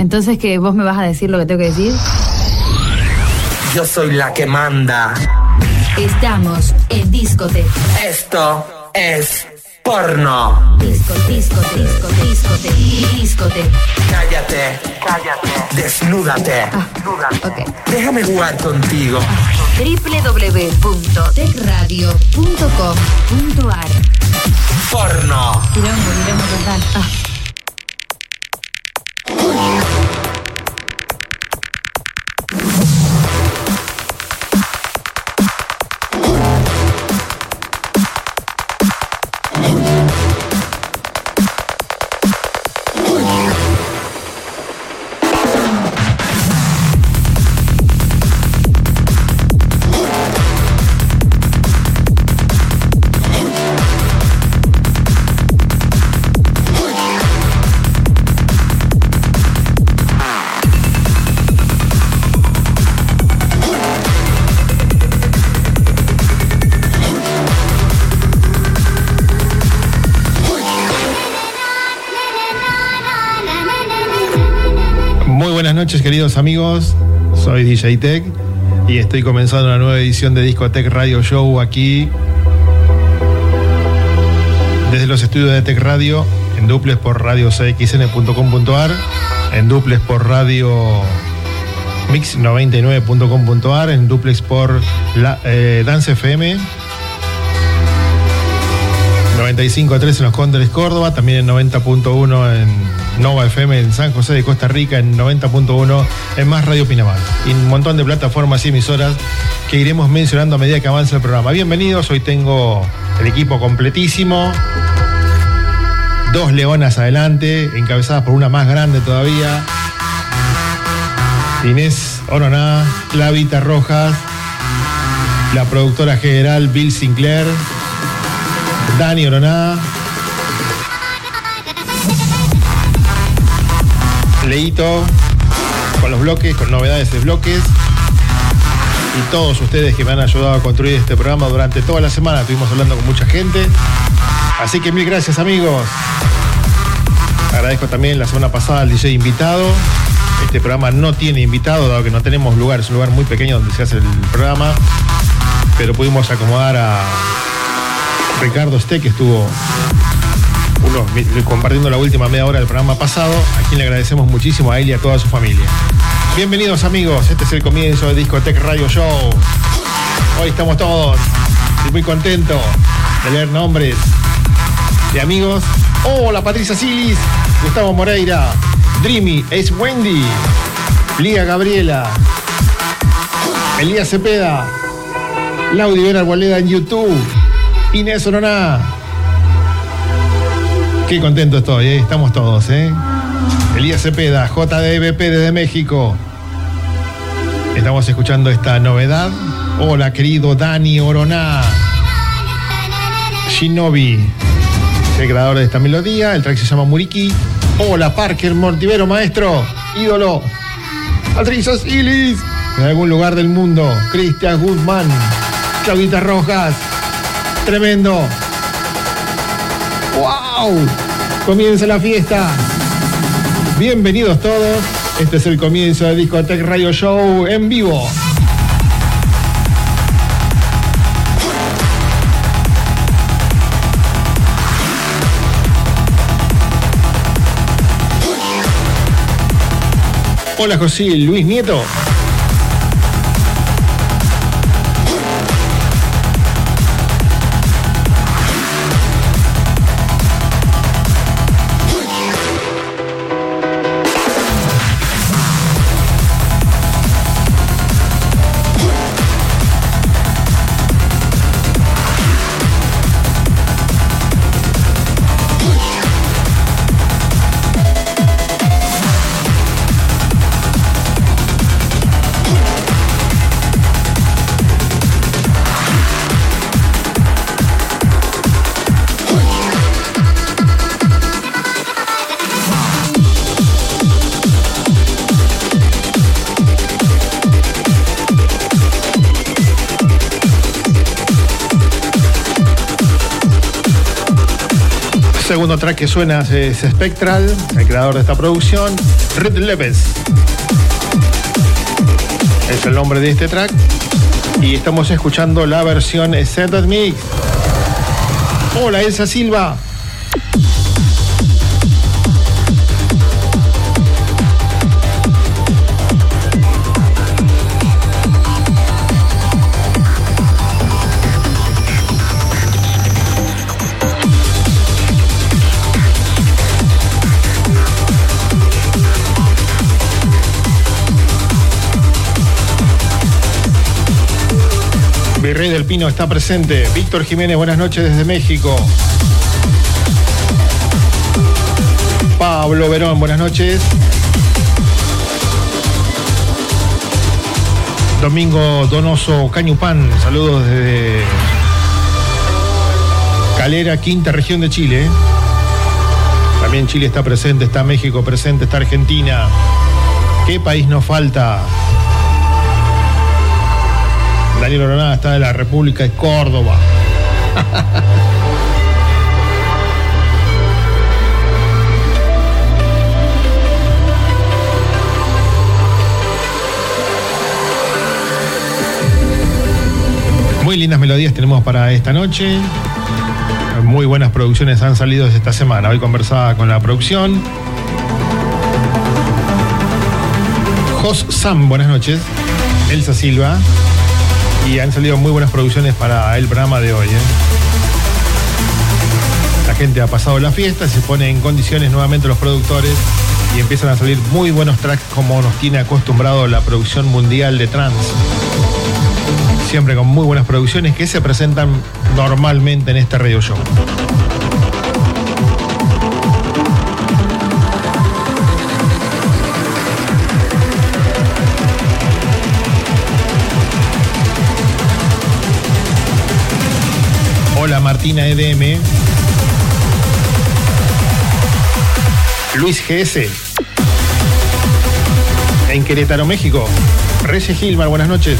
Entonces, ¿que vos me vas a decir lo que tengo que decir? Yo soy la que manda. Estamos en Discote. Esto es porno. Discote. Cállate. Desnúdate. Ok. Déjame jugar contigo. www.tecradio.com.ar. Porno. Quilombo total. Buenas noches, queridos amigos, soy DJ Tech y estoy comenzando una nueva edición de Discotech Radio Show aquí desde los estudios de Tech Radio, en duplex por radiocxn.com.ar, en duplex por radio mix99.com.ar, en duplex por Dance FM 95.3 en Los Cóndores, Córdoba, también en 90.1 en Nova FM en San José de Costa Rica, en 90.1 en Más Radio Pinamar, y un montón de plataformas y emisoras que iremos mencionando a medida que avance el programa. Bienvenidos, hoy tengo el equipo completísimo, 2 leonas adelante, encabezadas por una más grande todavía, Inés Oroná, Clavita Rojas, la productora general Bill Sinclair, Dani Oroná, Leito, con los bloques, con novedades de bloques, y todos ustedes que me han ayudado a construir este programa durante toda la semana. Estuvimos hablando con mucha gente, así que mil gracias, amigos. Agradezco también la semana pasada al DJ invitado. Este programa no tiene invitado, dado que no tenemos lugar, es un lugar muy pequeño donde se hace el programa, pero pudimos acomodar a Ricardo Ste, que estuvo compartiendo la última media hora del programa pasado, a quien le agradecemos muchísimo, a él y a toda su familia. Bienvenidos, amigos, este es el comienzo de Discotech Radio Show. Hoy estamos todos, estoy muy contento de leer nombres de amigos. Hola, Patricia Silis, Gustavo Moreira, Dreamy, Ace Wendy, Lía Gabriela, Elías Cepeda, Laudi Vera Arboleda en YouTube, Inés Oroná. Qué contento estoy, estamos todos, Elías Cepeda, JDBP desde México. Estamos escuchando esta novedad. Hola, querido Dani Oroná, Shinobi, el creador de esta melodía. El track se llama Muriki. Hola, Parker Mortivero, maestro, ídolo. Patricia Silis, en algún lugar del mundo. Cristian Guzmán, Claudita Rojas, tremendo. ¡Wow! Comienza la fiesta. Bienvenidos todos. Este es el comienzo de Discotech Radio Show en vivo. Hola, José Luis Nieto. Segundo track que suena es Spectral, el creador de esta producción, Red Leves. Es el nombre de este track. Y estamos escuchando la versión Extended Mix. Hola, Elsa Silva. Virrey del Pino está presente. Víctor Jiménez, buenas noches desde México. Pablo Verón, buenas noches. Domingo Donoso Cañupán, saludos desde Calera, quinta región de Chile. También Chile está presente, está México presente, está Argentina. ¿Qué país nos falta? Daniel Oronada está de la República de Córdoba. Muy lindas melodías tenemos para esta noche. Muy buenas producciones han salido esta semana. Hoy conversaba con la producción. Jos Sam, buenas noches. Elsa Silva. Y han salido muy buenas producciones para el programa de hoy. La gente ha pasado la fiesta, se pone en condiciones nuevamente los productores y empiezan a salir muy buenos tracks como nos tiene acostumbrado la producción mundial de trance. Siempre con muy buenas producciones que se presentan normalmente en este radio show. Hola Martina EDM. Luis GS. En Querétaro, México. Reyes Gilmar, buenas noches.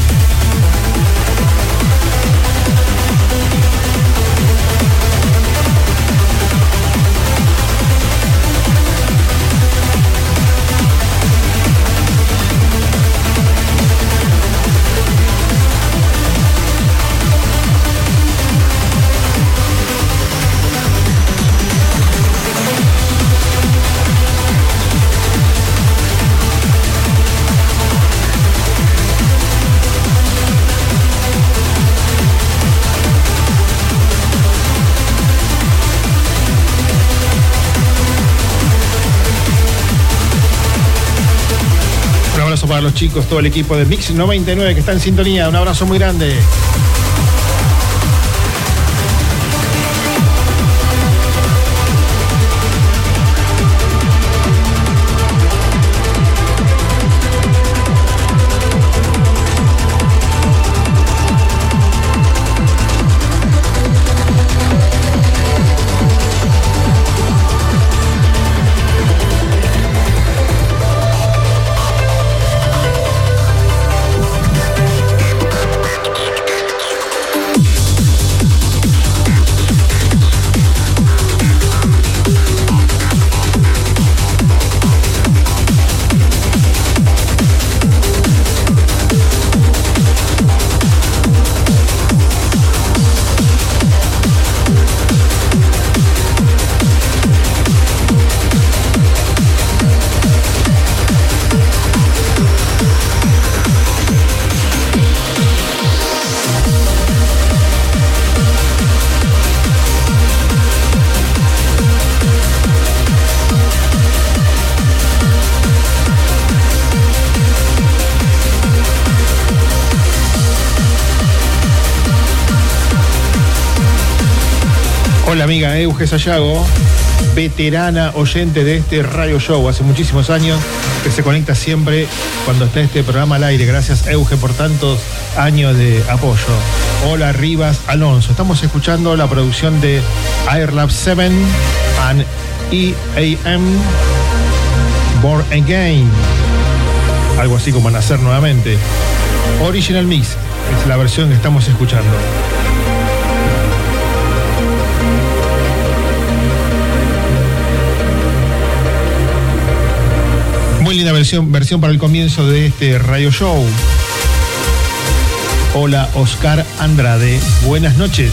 Para los chicos, todo el equipo de Mix 99 que está en sintonía. Un abrazo muy grande. Hola amiga Euge Sayago, veterana oyente de este radio show, hace muchísimos años que se conecta siempre cuando está este programa al aire. Gracias Euge por tantos años de apoyo. Hola Rivas Alonso, estamos escuchando la producción de Airlab 7 and EAM Born Again, algo así como nacer nuevamente. Original Mix es la versión que estamos escuchando. Muy linda versión para el comienzo de este radio show. Hola, Oscar Andrade. Buenas noches.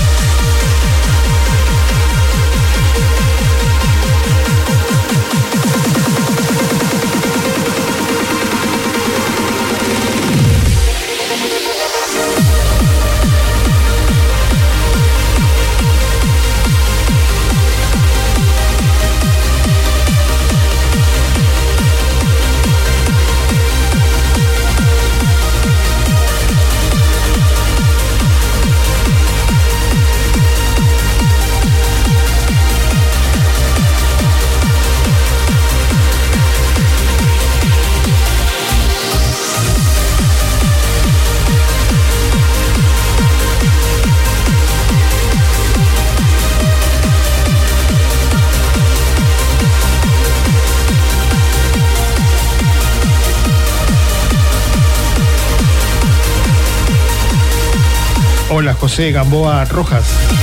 Hola, José Gamboa Rojas.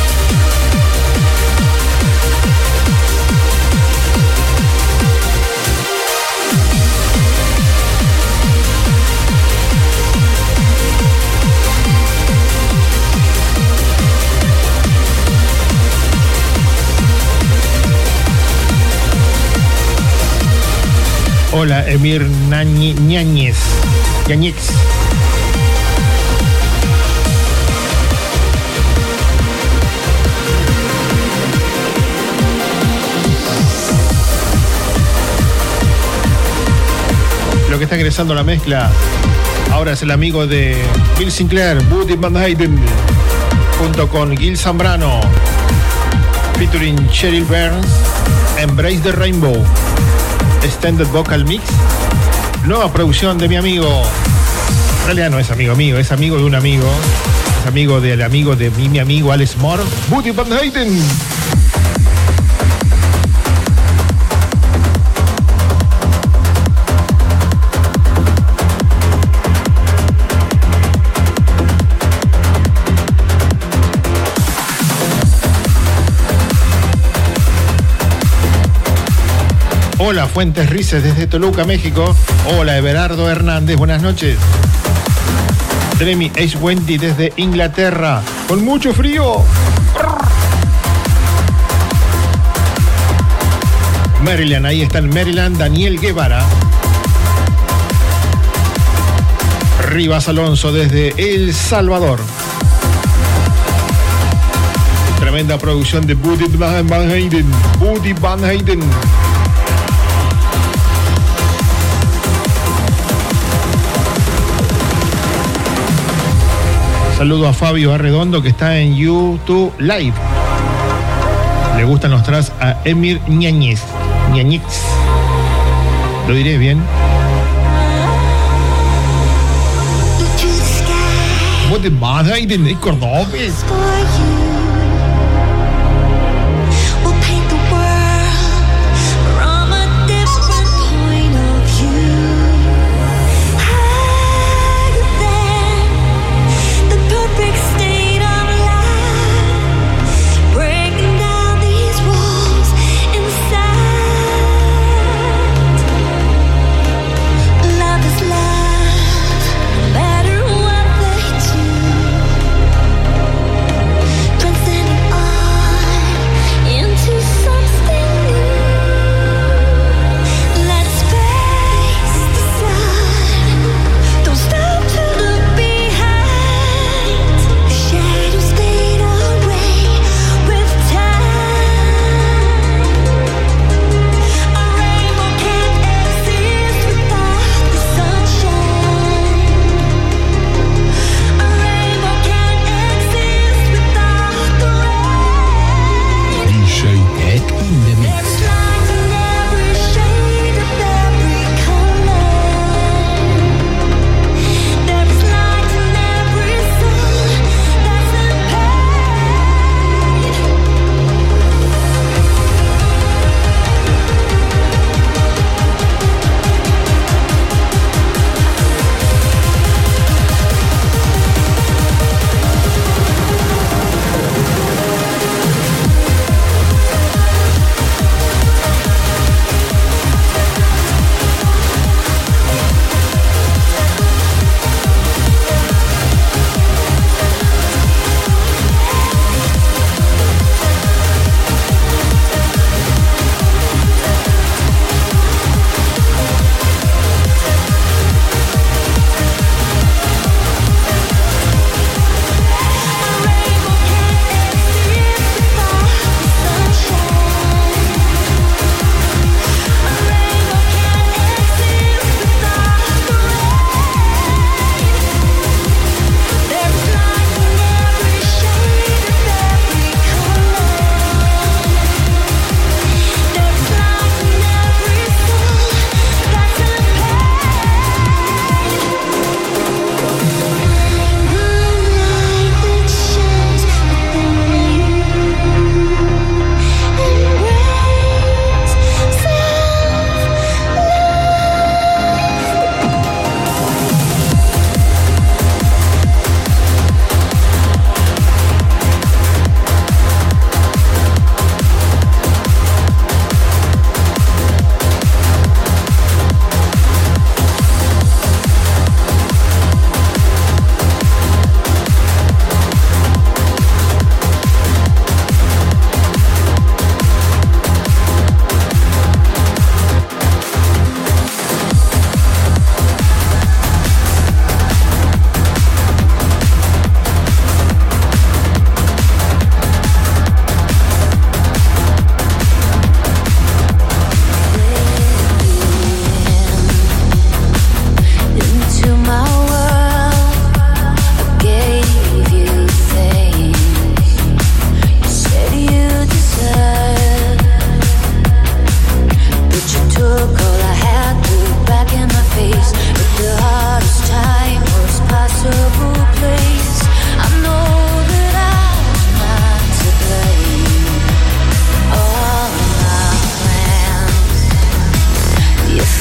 Hola, Emir Ñañez. Lo que está ingresando a la mezcla ahora es el amigo de Bill Sinclair, Buddy Van Hayden, junto con Gil Zambrano, featuring Cheryl Burns, Embrace the Rainbow, Extended Vocal Mix, nueva producción de mi amigo. En realidad no es amigo mío, es amigo de un amigo, es amigo del amigo de mi amigo Alex Moore, Buddy Van Hayden. Hola, Fuentes Rices desde Toluca, México. Hola, Everardo Hernández, buenas noches. Dremi H. Wendy desde Inglaterra, con mucho frío. Maryland, ahí está en Maryland, Daniel Guevara. Rivas Alonso desde El Salvador. Tremenda producción de Buddy Van Hayden. Buddy Van Hayden. Saludo a Fabio Arredondo que está en YouTube Live. Le gustan los tracks a Emir Ñañez. ¿Lo diré bien? Buddy Van Hayden, es cordobés.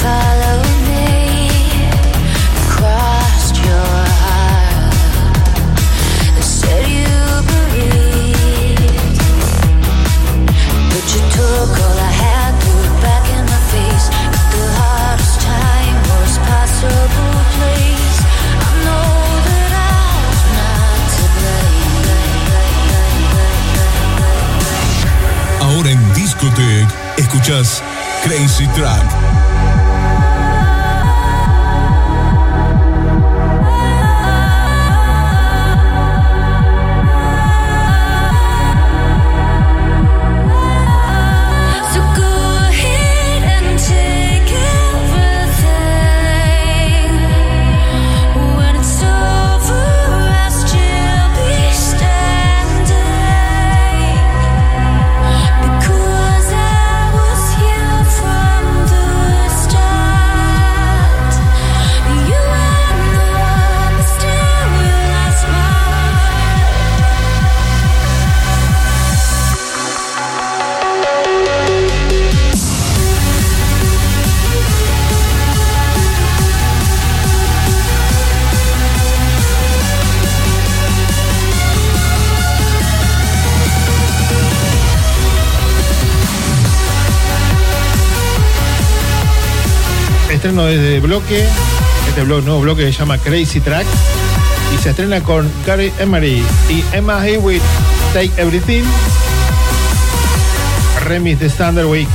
Escuchas Crazy Track. Estreno desde bloque, nuevo bloque se llama Crazy Track y se estrena con Gary Emery y Emma Hewitt, Take Everything, remix de Standard Week.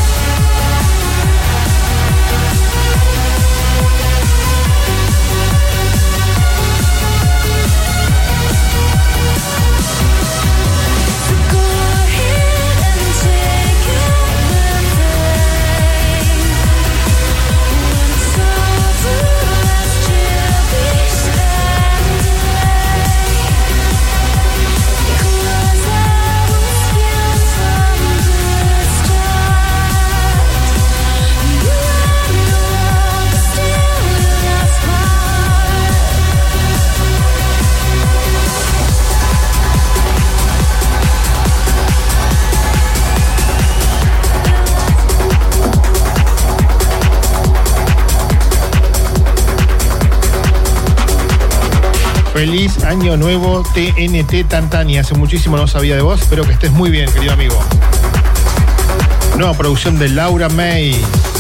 Feliz año nuevo TNT Tantani. Hace muchísimo no sabía de vos. Espero que estés muy bien, querido amigo. Nueva producción de Laura May.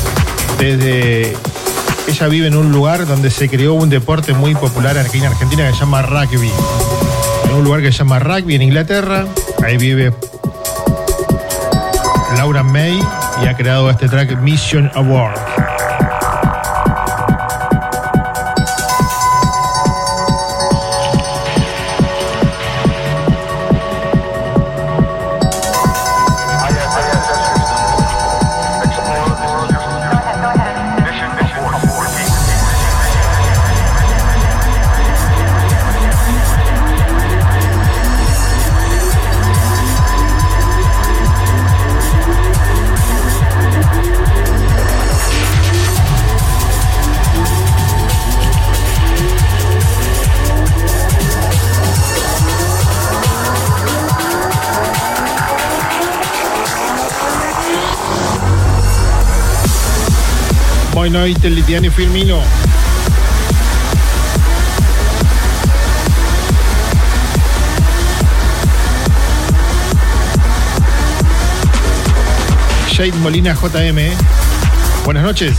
Ella vive en un lugar donde se creó un deporte muy popular aquí en Argentina que se llama rugby. En un lugar que se llama rugby en Inglaterra. Ahí vive Laura May y ha creado este track Mission Award. Buona notte Litiani Firmino. Shade Molina JM. Buenas noches.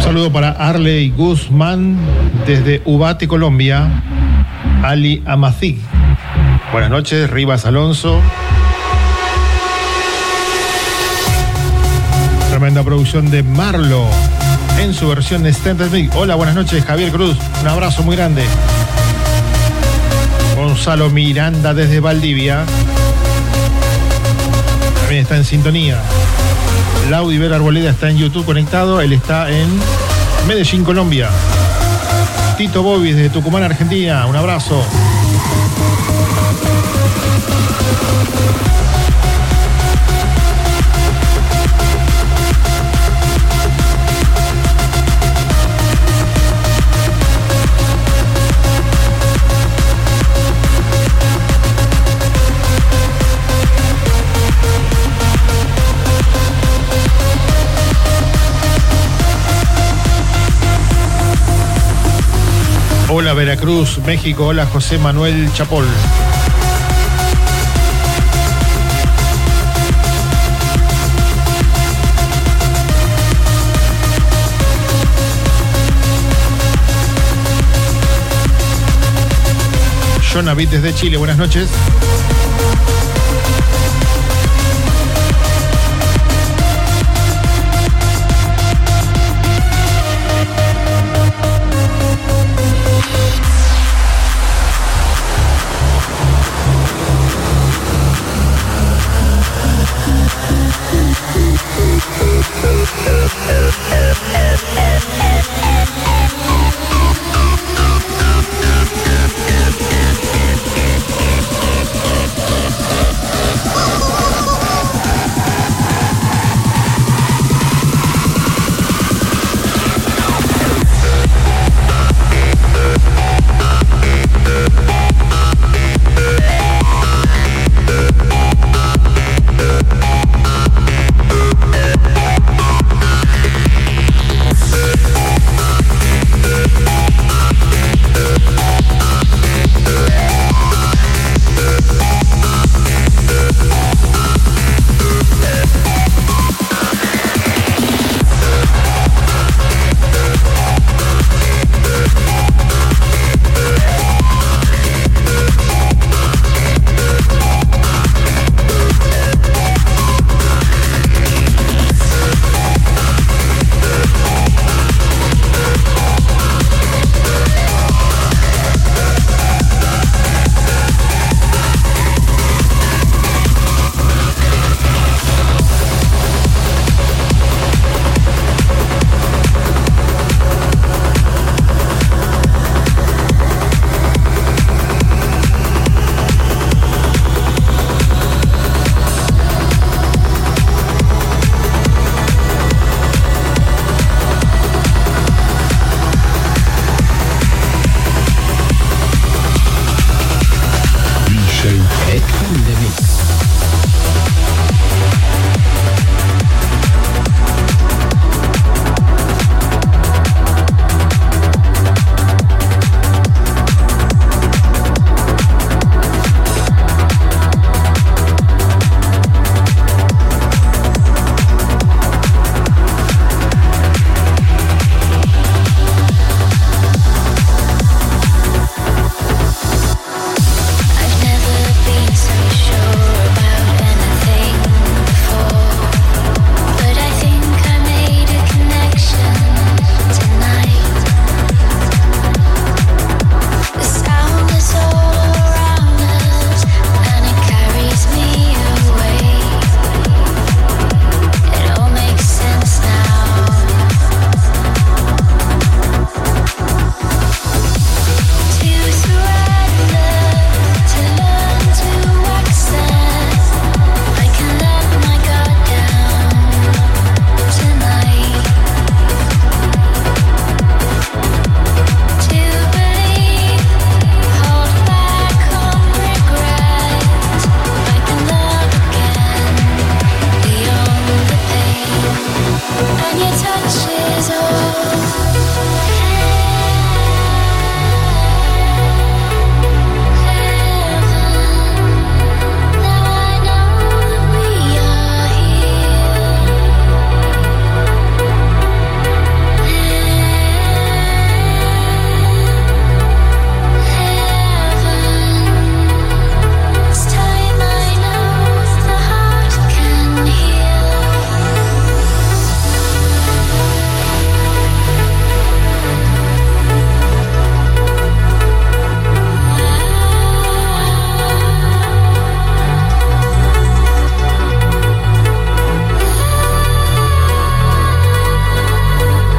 saludo para Arley Guzmán desde Ubate, Colombia. Ali Amazig. Buenas noches, Rivas Alonso. Tremenda producción de Marlo en su versión Extended Mix. Hola, buenas noches, Javier Cruz. Un abrazo muy grande. Gonzalo Miranda desde Valdivia. También está en sintonía. Laudiver Arboleda está en YouTube conectado. Él está en Medellín, Colombia. Tito Bobis desde Tucumán, Argentina. Un abrazo. Hola Veracruz, México. Hola José Manuel Chapol. Jonavit desde Chile, buenas noches.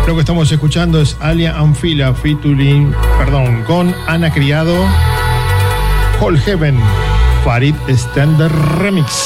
Lo que estamos escuchando es Alia Anfila con Ana Criado, All Heaven, Farid Standard Remix.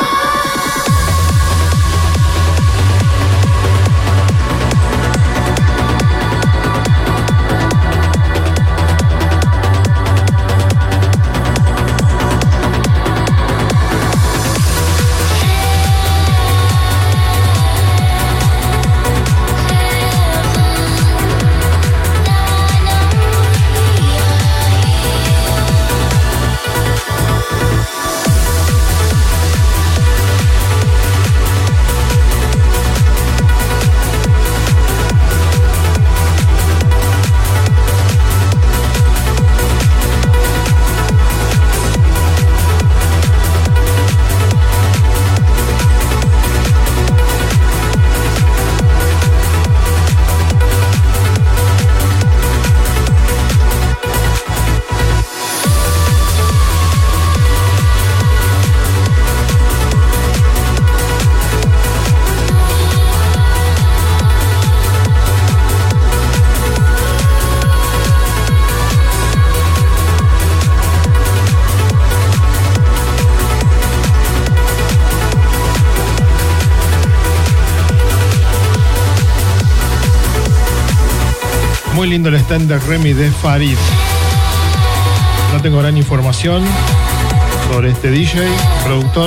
Muy lindo el Standard Remix de Farid. No tengo gran información sobre este DJ, productor,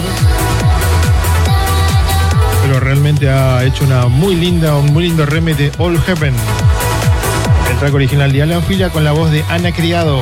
pero realmente ha hecho un muy lindo remix de All Heaven, el track original de Alia Anfila con la voz de Ana Criado.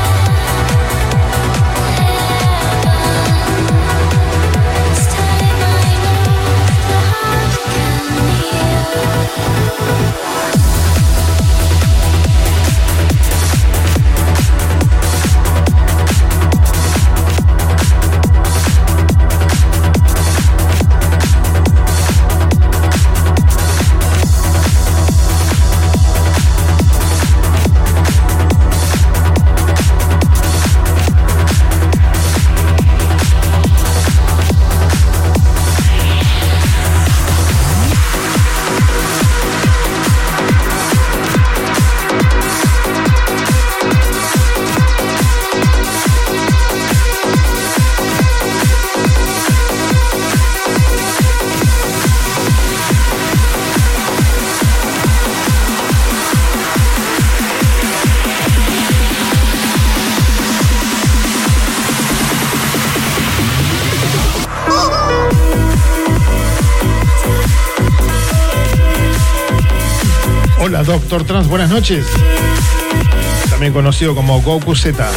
Hola Doctor Trans, buenas noches. También conocido como Goku Z.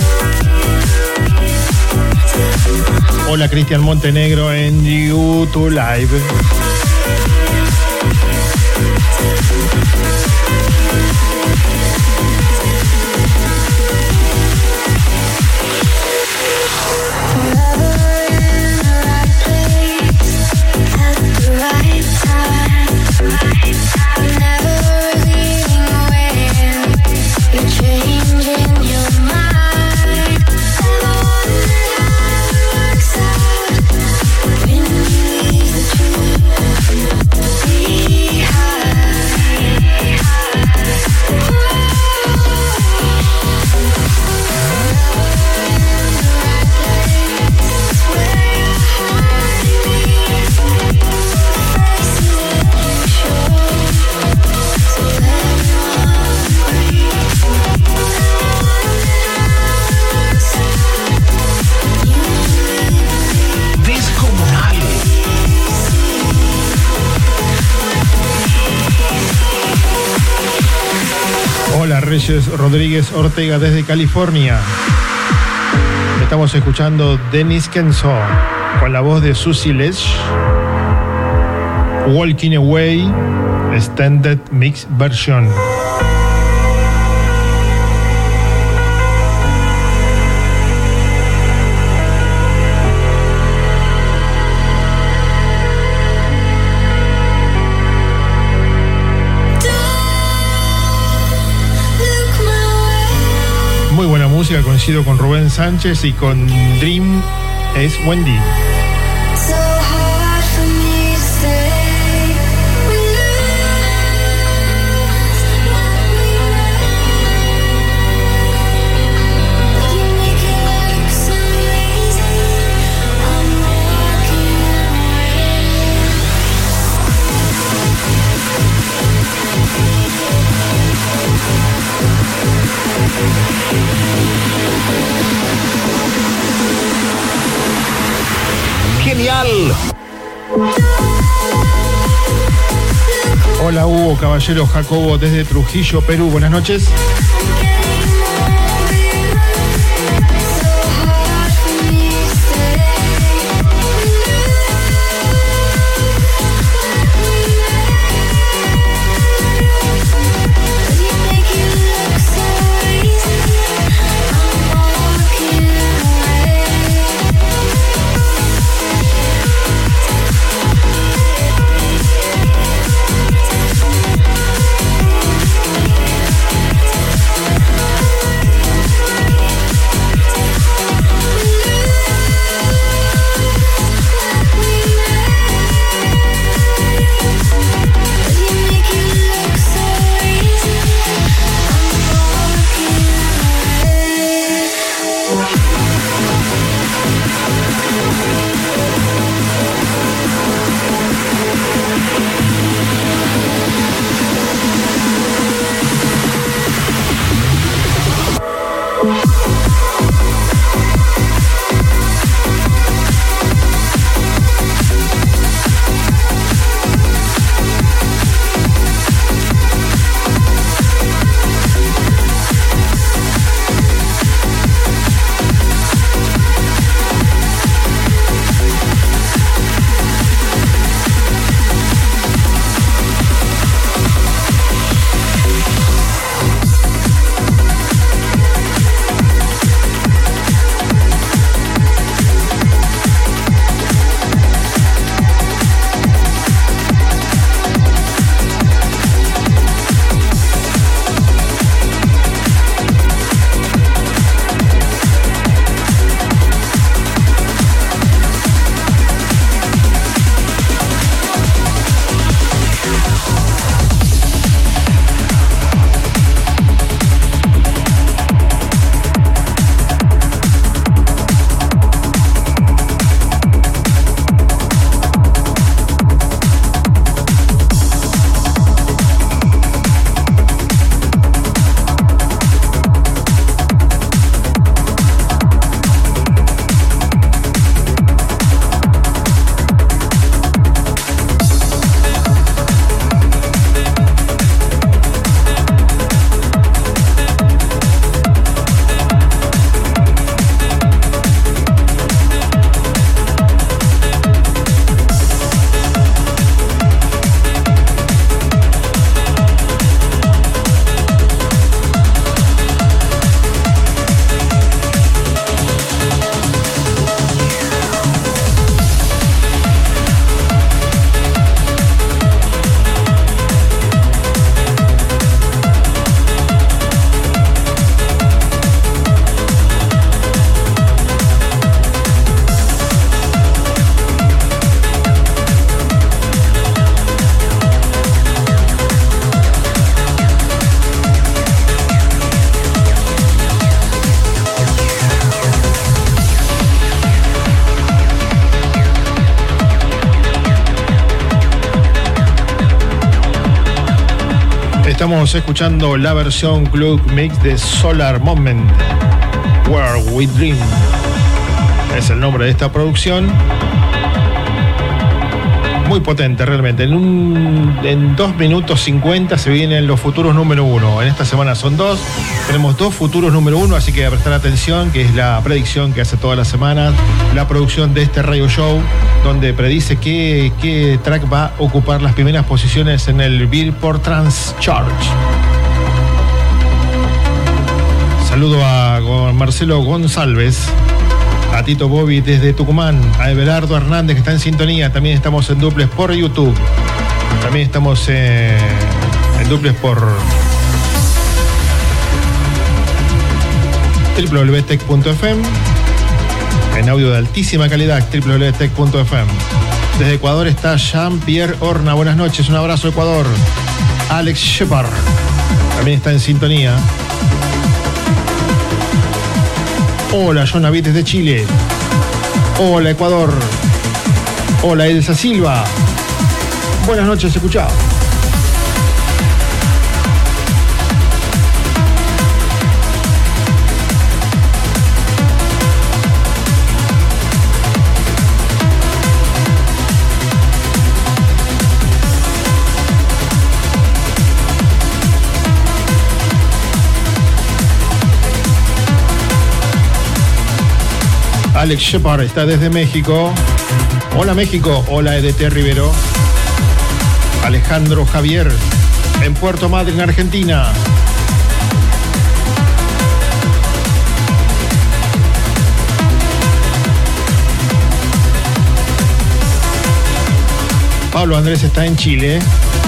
Hola Cristian Montenegro en YouTube Live. Reyes Rodríguez Ortega desde California. Estamos escuchando Dennis Kenzo con la voz de Susie Lesh, Walking Away Extended Mix Version. Muy buena música, coincido con Rubén Sánchez y con Dream es Wendy. Nacional. Hola Hugo, caballero Jacobo desde Trujillo, Perú. Buenas noches. Estamos escuchando la versión Club Mix de Solar Moment, Where We Dream. Es el nombre de esta producción. Muy potente realmente. En 2 minutos 50 se vienen los futuros número 1. En esta semana son 2. Tenemos 2 futuros número 1, así que a prestar atención, que es la predicción que hace todas las semanas la producción de este radio show, donde predice qué track va a ocupar las primeras posiciones en el Billboard Trans Chart. Saludo a Marcelo González, a Tito Bobby desde Tucumán, a Everardo Hernández que está en sintonía. También estamos en duples por YouTube. También estamos en duples por www.tech.fm, en audio de altísima calidad, www.tech.fm. Desde Ecuador está Jean-Pierre Horna. Buenas noches, un abrazo Ecuador. Alex Shepard también está en sintonía. Hola, John David desde Chile. Hola, Ecuador. Hola, Elsa Silva. Buenas noches, escuchado. Alex Shepard está desde México. Hola México, hola EDT Rivero. Alejandro Javier en Puerto Madryn, Argentina. Pablo Andrés está en Chile.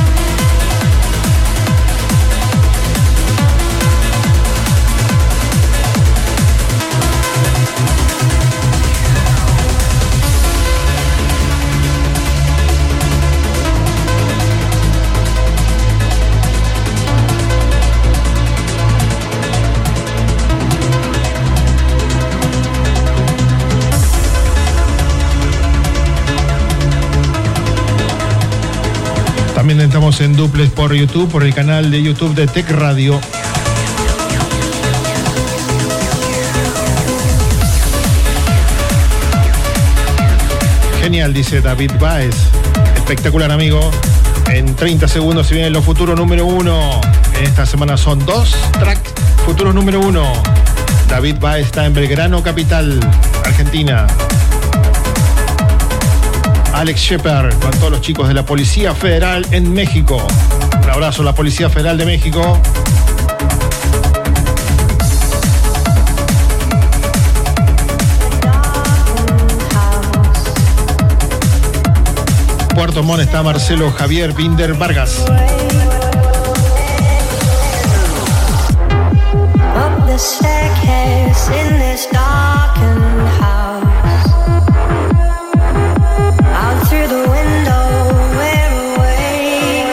También estamos en duples por YouTube, por el canal de YouTube de Tech Radio. Genial, dice David Baez. Espectacular, amigo. En 30 segundos se vienen los futuros número 1. En esta semana son 2 tracks futuros número 1. David Baez está en Belgrano, capital, Argentina. Alex Shepard con todos los chicos de la Policía Federal en México. Un abrazo a la Policía Federal de México. Puerto Montt está Marcelo Javier Binder Vargas. Up the staircase in this darkened house. Out through the window, we're away.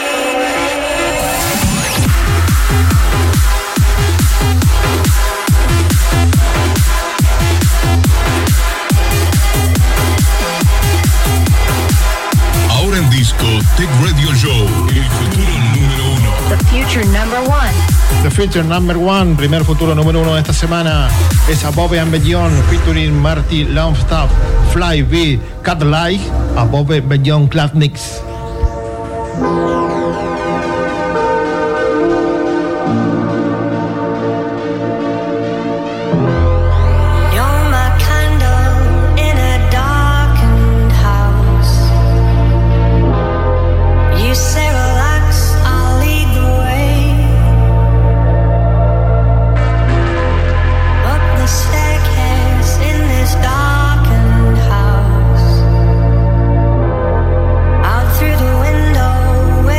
Ahora en disco, Tech Radio Show, el futuro número 1. The future number 1. The Future Number 1, primer futuro número 1 de esta semana, es Above and Beyond, featuring Marty Longstaff, Fly B, Cat Like, Above and Beyond Classics. You're my candle in a darkened house. You say relax, I'll lead the way. Up the staircase in this darkened house. Out through the window.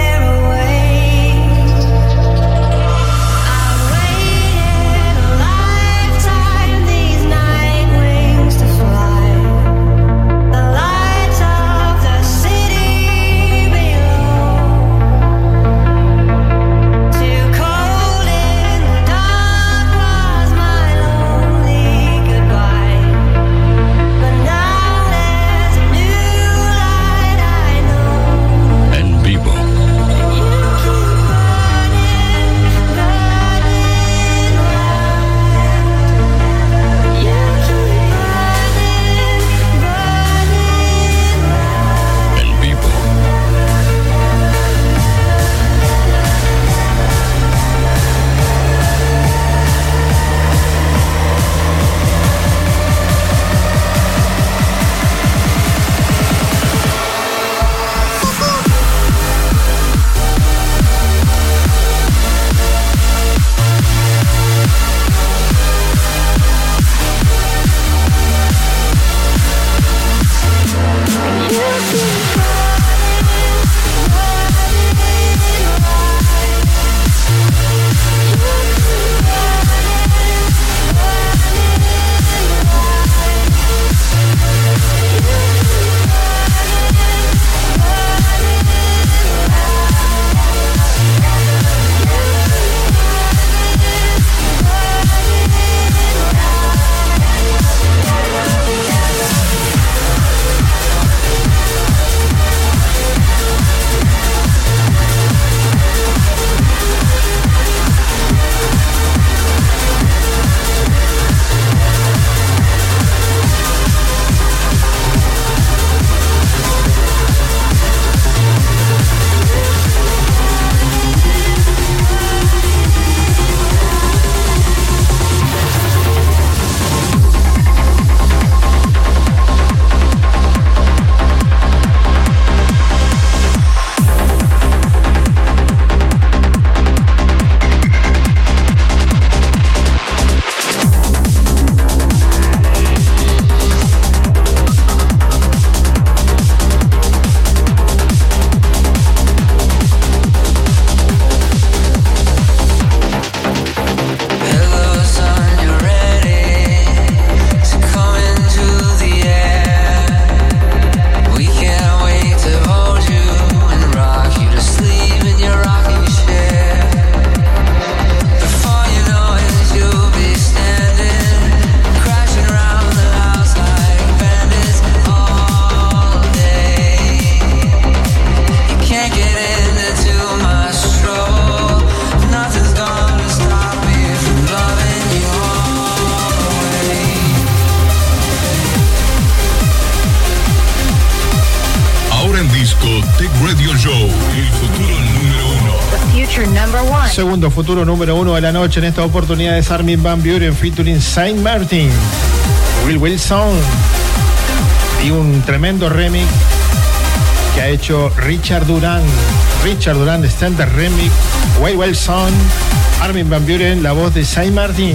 Future number 1. Segundo futuro número 1 de la noche. En esta oportunidad es Armin van Buuren featuring Saint Martin, Will Wilson y un tremendo remix que ha hecho Richard Durán de Standard Remix, Will Wilson, Armin van Buuren, la voz de Saint Martin.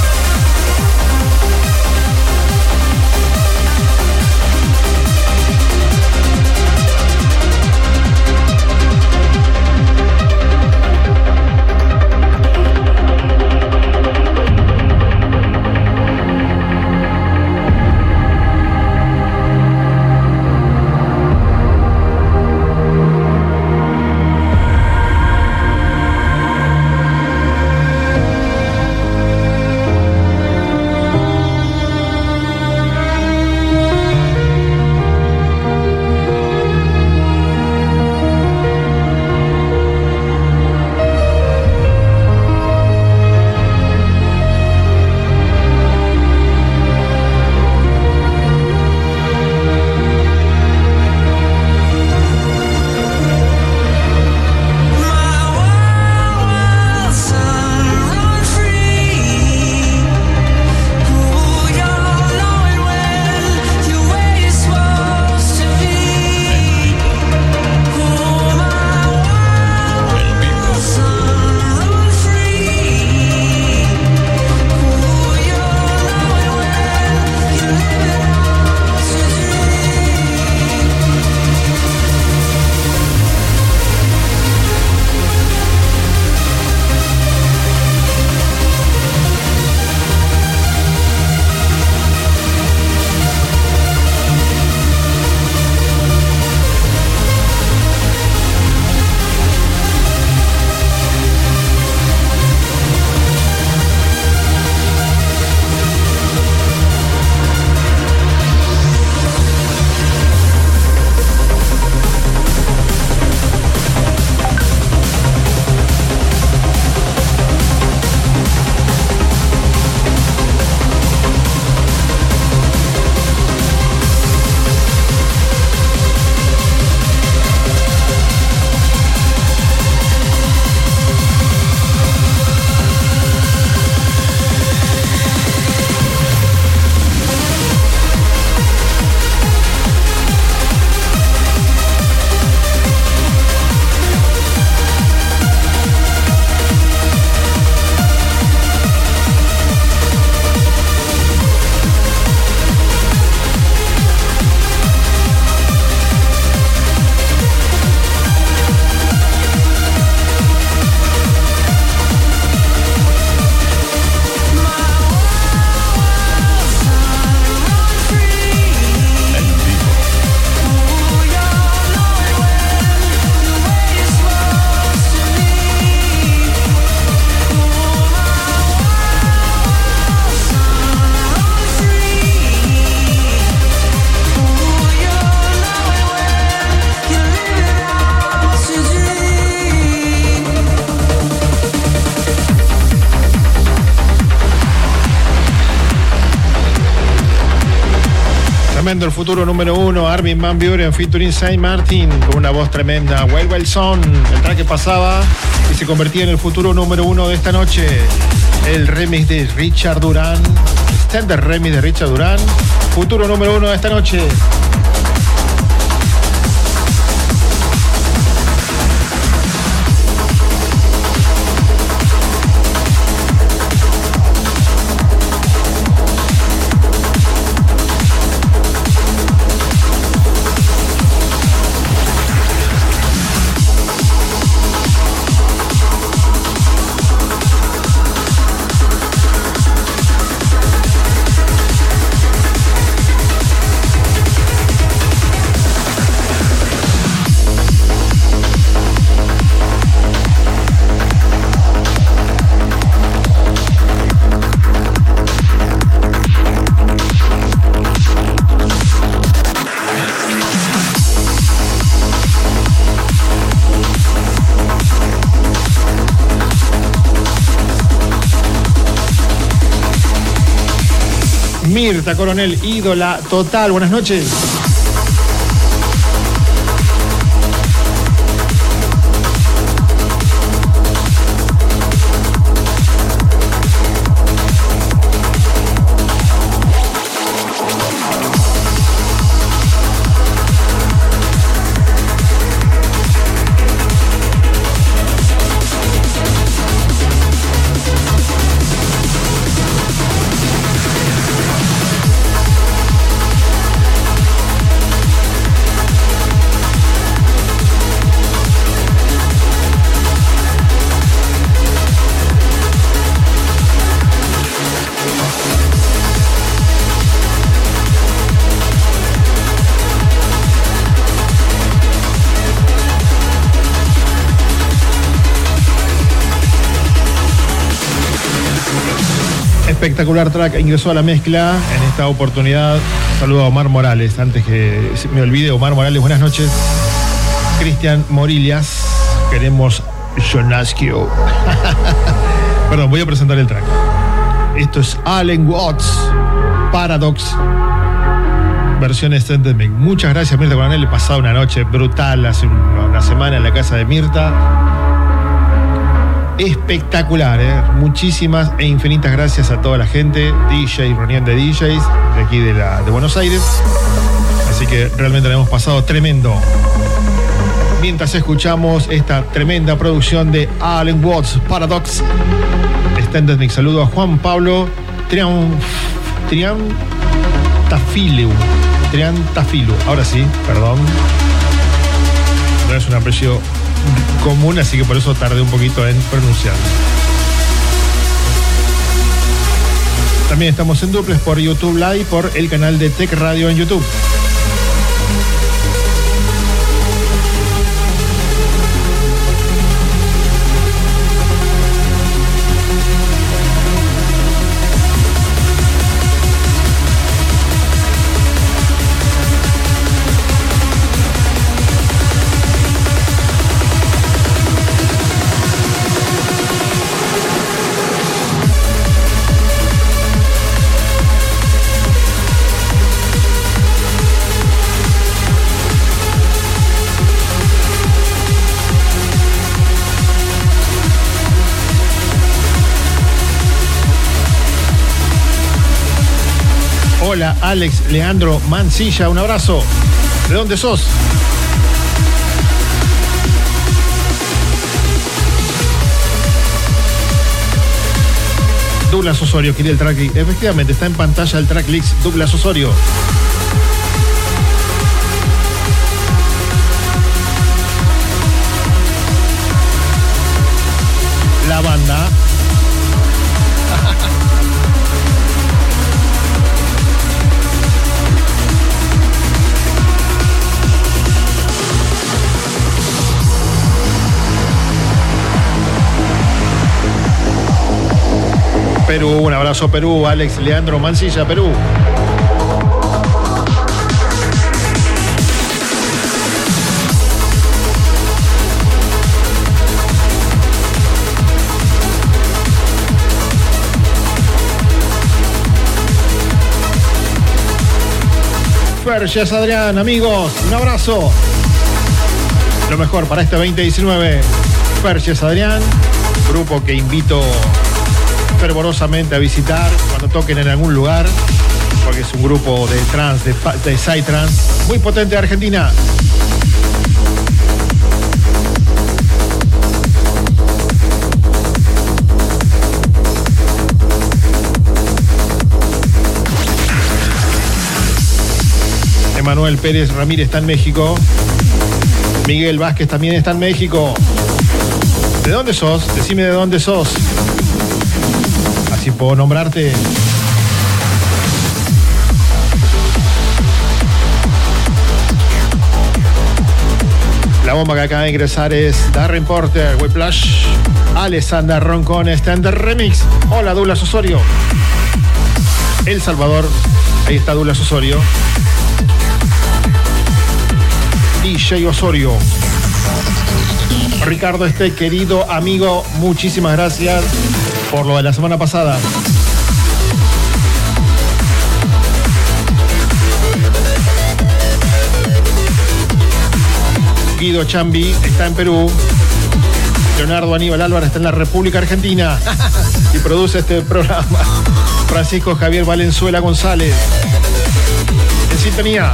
El futuro número 1, Armin van Buuren featuring Saint Martin, con una voz tremenda. Will Wilson, el track que pasaba y se convertía en el futuro número 1 de esta noche. El remix de Richard Durán, Standard Remix de Richard Durán, futuro número 1 de esta noche. Mirta Coronel, ídola total. Buenas noches. Espectacular track, ingresó a la mezcla en esta oportunidad. Saludo a Omar Morales. Antes que me olvide, Omar Morales, buenas noches. Cristian Morillas, queremos Jonaskio. Perdón, voy a presentar el track. Esto es Allen Watts, Paradox, versión Extended Mix. Muchas gracias, Mirta Coronel. He pasado una noche brutal hace una semana en la casa de Mirta. Espectacular, muchísimas e infinitas gracias a toda la gente, DJ, reunión de DJs de aquí de Buenos Aires. Así que realmente la hemos pasado tremendo. Mientras escuchamos esta tremenda producción de Allen Watts, Paradox, Extended Mix. Saludo a Juan Pablo Triantafilu. Ahora sí, perdón. No es un apellido común, así que por eso tardé un poquito en pronunciar. También estamos en duplex por YouTube Live, por el canal de Tech Radio en YouTube. Hola, Alex Leandro Mancilla, un abrazo. ¿De dónde sos? Douglas Osorio, quería el track. Efectivamente, está en pantalla el tracklist Douglas Osorio. La banda. Perú, un abrazo Perú, Alex Leandro Mancilla, Perú. Ferches Adrián, amigos, un abrazo. Lo mejor para este 2019. Ferches Adrián, grupo que invito fervorosamente a visitar cuando toquen en algún lugar, porque es un grupo de trance, de psytrance muy potente de Argentina. Emanuel Pérez Ramírez está en México. Miguel Vázquez también está en México. ¿De dónde sos? Decime de dónde sos. Así puedo nombrarte. La bomba que acaba de ingresar es Darren Porter, Whiplash, Alessandra Roncón está en The Remix. Hola, Douglas Osorio. El Salvador, ahí está Douglas Osorio. DJ Osorio. Ricardo, querido amigo, muchísimas gracias por lo de la semana pasada. Guido Chambi está en Perú. Leonardo Aníbal Álvarez está en la República Argentina y produce este programa. Francisco Javier Valenzuela González en sintonía.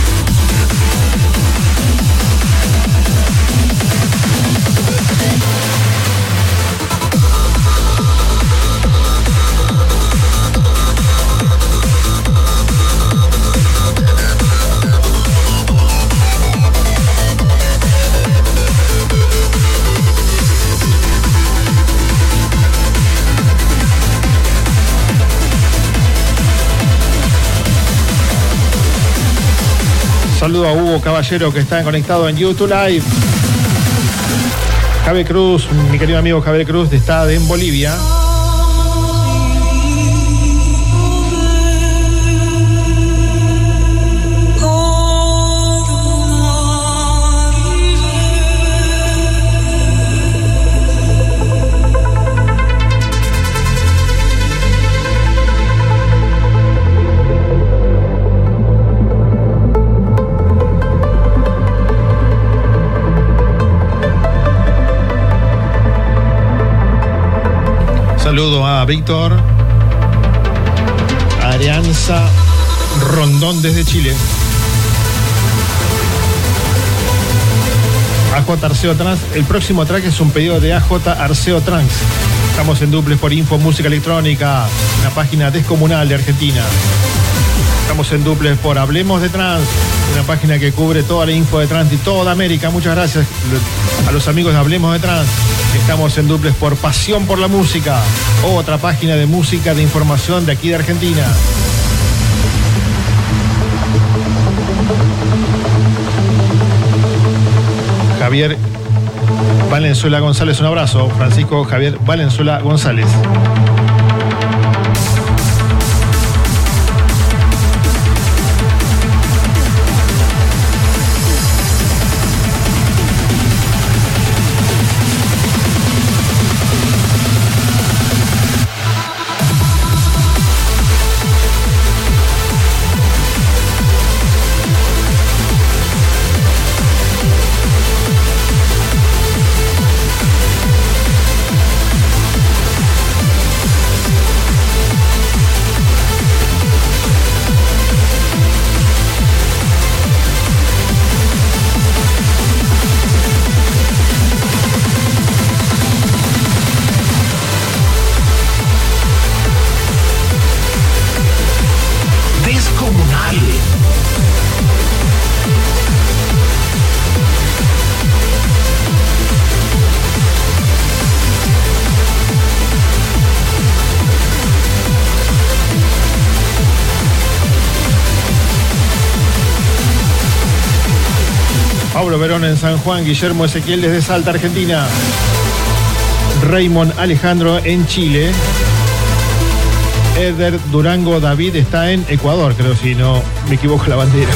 Saludo a Hugo Caballero que está conectado en YouTube Live. Javier Cruz, mi querido amigo Javier Cruz, está en Bolivia. saludo a Víctor Arianza Rondón desde Chile. AJ Arceo Trans. El próximo track es un pedido de AJ Arceo Trans. Estamos en duples por Info Música Electrónica, una página descomunal de Argentina. Estamos en duples por Hablemos de Trans, una página que cubre toda la info de trans y toda América. Muchas gracias a los amigos de Hablemos de Trans. Estamos en duples por Pasión por la Música, otra página de música de información de aquí de Argentina. Javier Valenzuela González, un abrazo. Francisco Javier Valenzuela González. Pablo Verón en San Juan, Guillermo Ezequiel desde Salta, Argentina, Raymond Alejandro en Chile, Eder Durango David está en Ecuador, creo, si no me equivoco la bandera.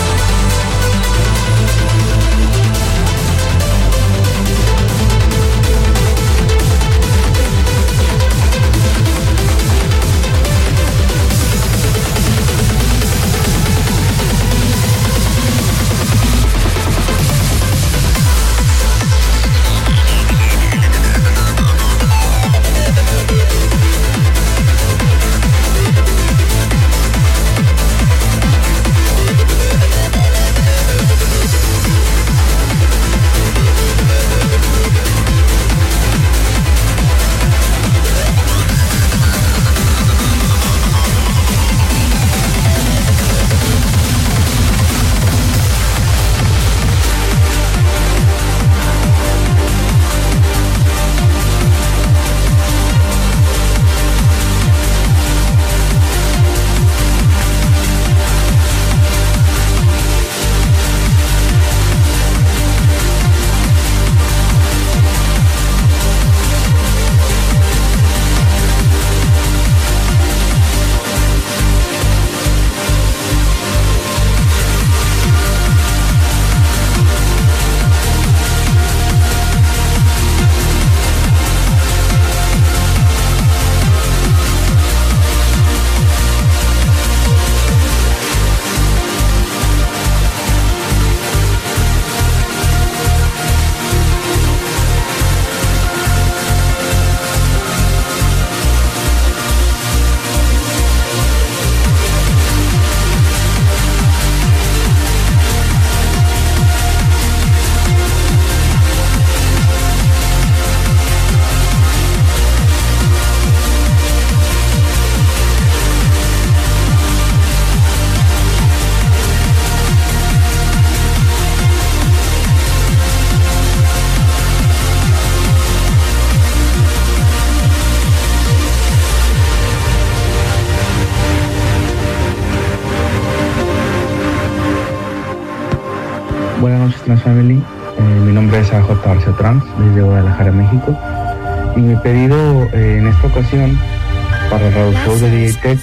Buenas noches, Trans Family. Mi nombre es AJ Arceo Trans, desde Guadalajara, México. Y mi pedido en esta ocasión para el radio show de DJ Tech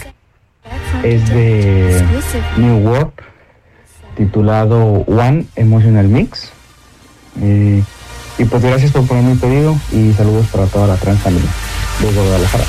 es de New World, titulado One Emotional Mix. Y pues gracias por poner mi pedido y saludos para toda la Trans Family desde Guadalajara.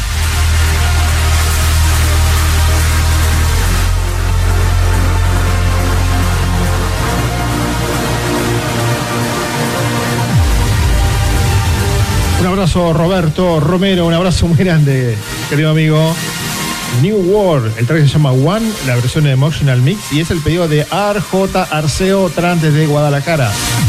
Un abrazo Roberto Romero, un abrazo muy grande, querido amigo. New World, el track se llama One, la versión de Emotional Mix, y es el pedido de RJ Arceo Trans desde Guadalajara.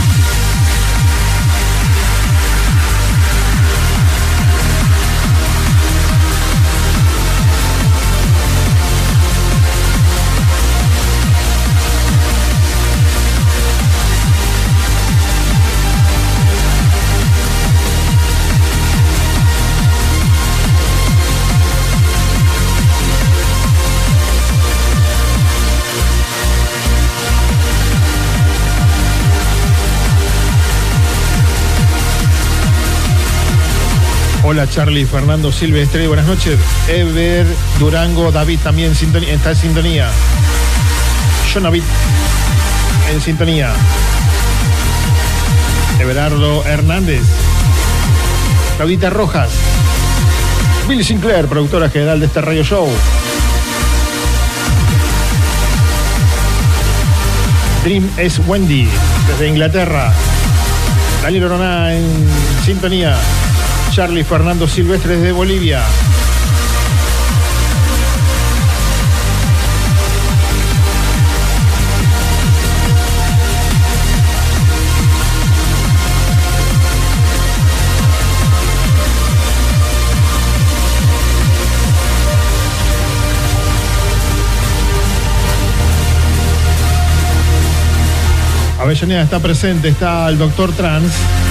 Hola Charlie, Fernando Silvestre, buenas noches. Ever Durango, David también está en sintonía. Jonavit en sintonía. Everardo Hernández. Claudita Rojas. Billy Sinclair, productora general de este radio show. Dream es Wendy, desde Inglaterra. Daniel Oroná en sintonía. Charlie Fernando Silvestre desde Bolivia. Avellaneda está presente, está el Doctor Trans.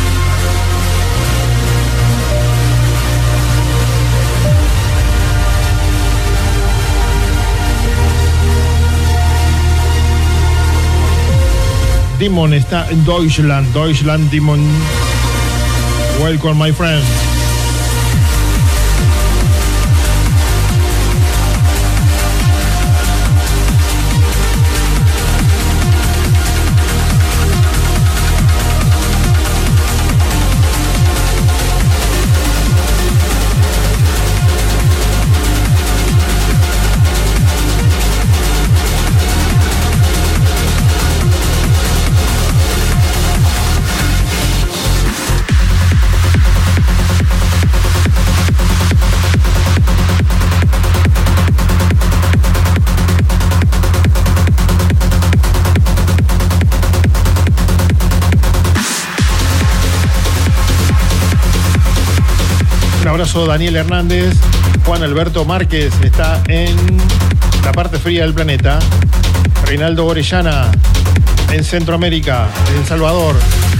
Demon está en Deutschland. Deutschland, Demon. Welcome, my friend. Abrazo Daniel Hernández. Juan Alberto Márquez está en la parte fría del planeta. Reinaldo Orellana en Centroamérica, en El Salvador.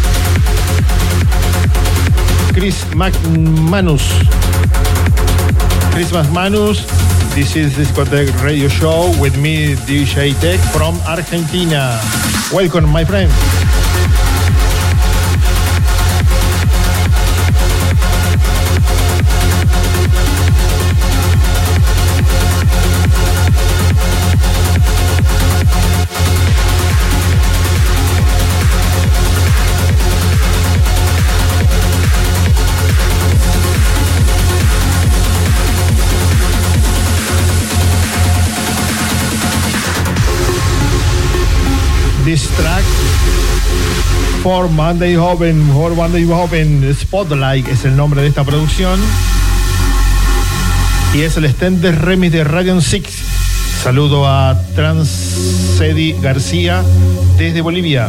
Chris McManus. This is Discotech Radio Show with me, DJ Tech from Argentina. Welcome, my friend. This track for Monday Hoven, Spotlight es el nombre de esta producción y es el extended remix de Radiant Six. Saludo a Transcedi García desde Bolivia.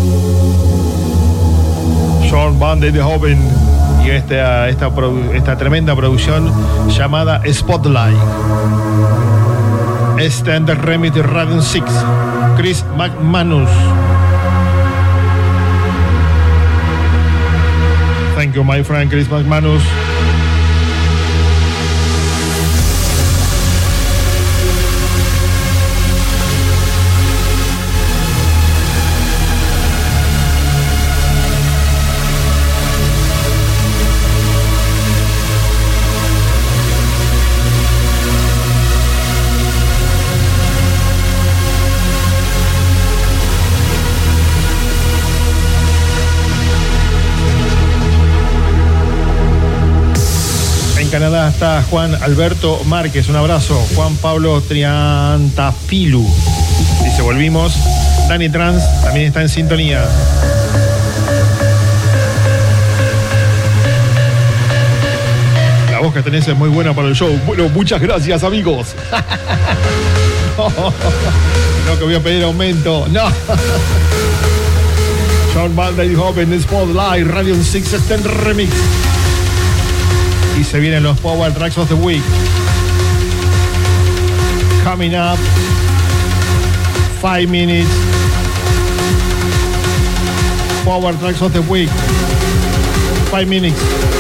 Sean Monday de Hoven y esta tremenda producción llamada Spotlight. Extended remix de Radiant Six. Chris McManus. Thank you, my friend Chris McManus. Canadá está Juan Alberto Márquez, un abrazo. Juan Pablo Triantafilu dice volvimos. Dani Trans también está en sintonía. voz que tenés es muy buena para el show. Bueno, muchas gracias, amigos. No, que voy a pedir aumento. No. John Monday Open Spotlight Radio 610 Remix. Y se vienen los Power Tracks of the Week. Coming up. 5 minutes. Power Tracks of the Week. 5 minutes.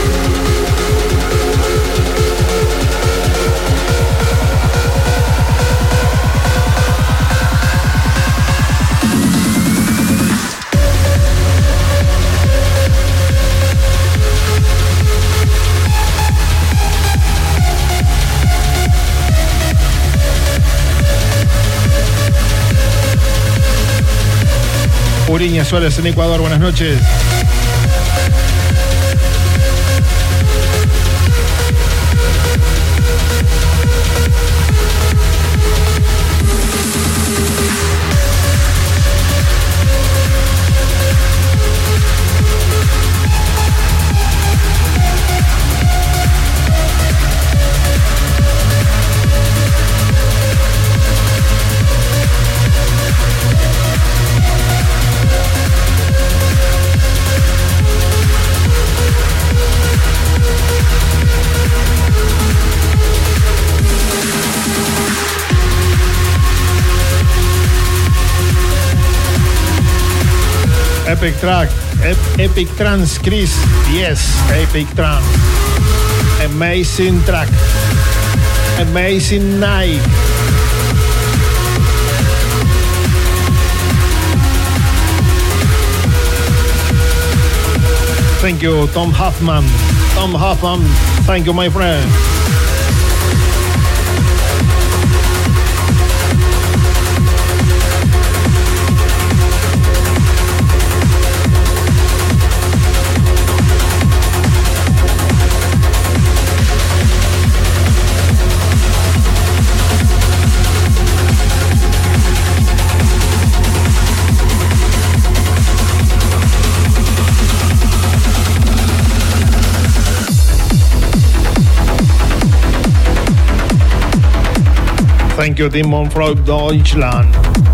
Uriña Suárez en Ecuador, buenas noches. Epic Track, Epic Trance, Chris. Yes, Epic Trance. Amazing track. Amazing night. Thank you, Tom Huffman. Tom Huffman, thank you, my friend. Thank you, Demon from Deutschland.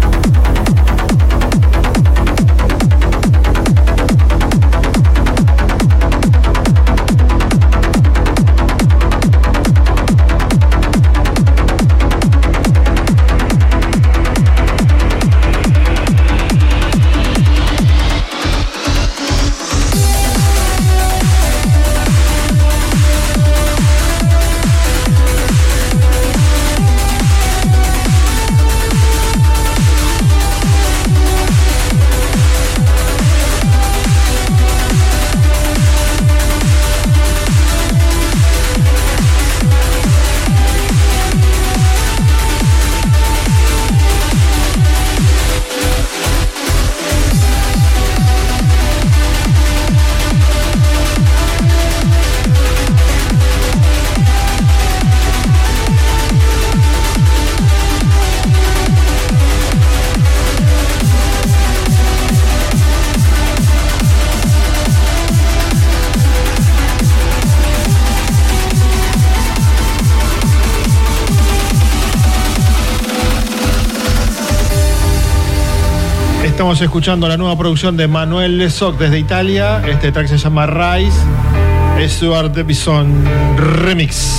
Estamos escuchando la nueva producción de Manuel Lesoc desde Italia. Este track se llama Rise. Es Stuart Davison Remix.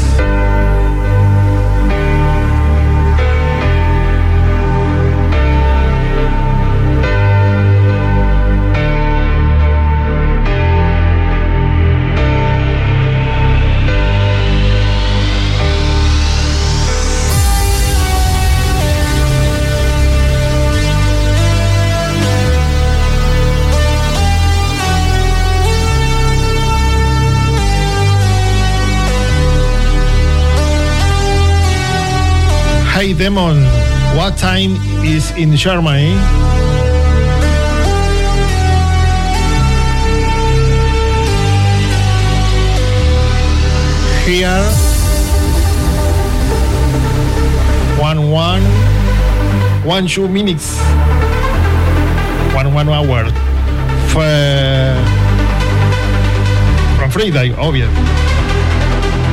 Hey Demon, what time is in Germany? Here 12 minutes 1 hour from Friday, obviously.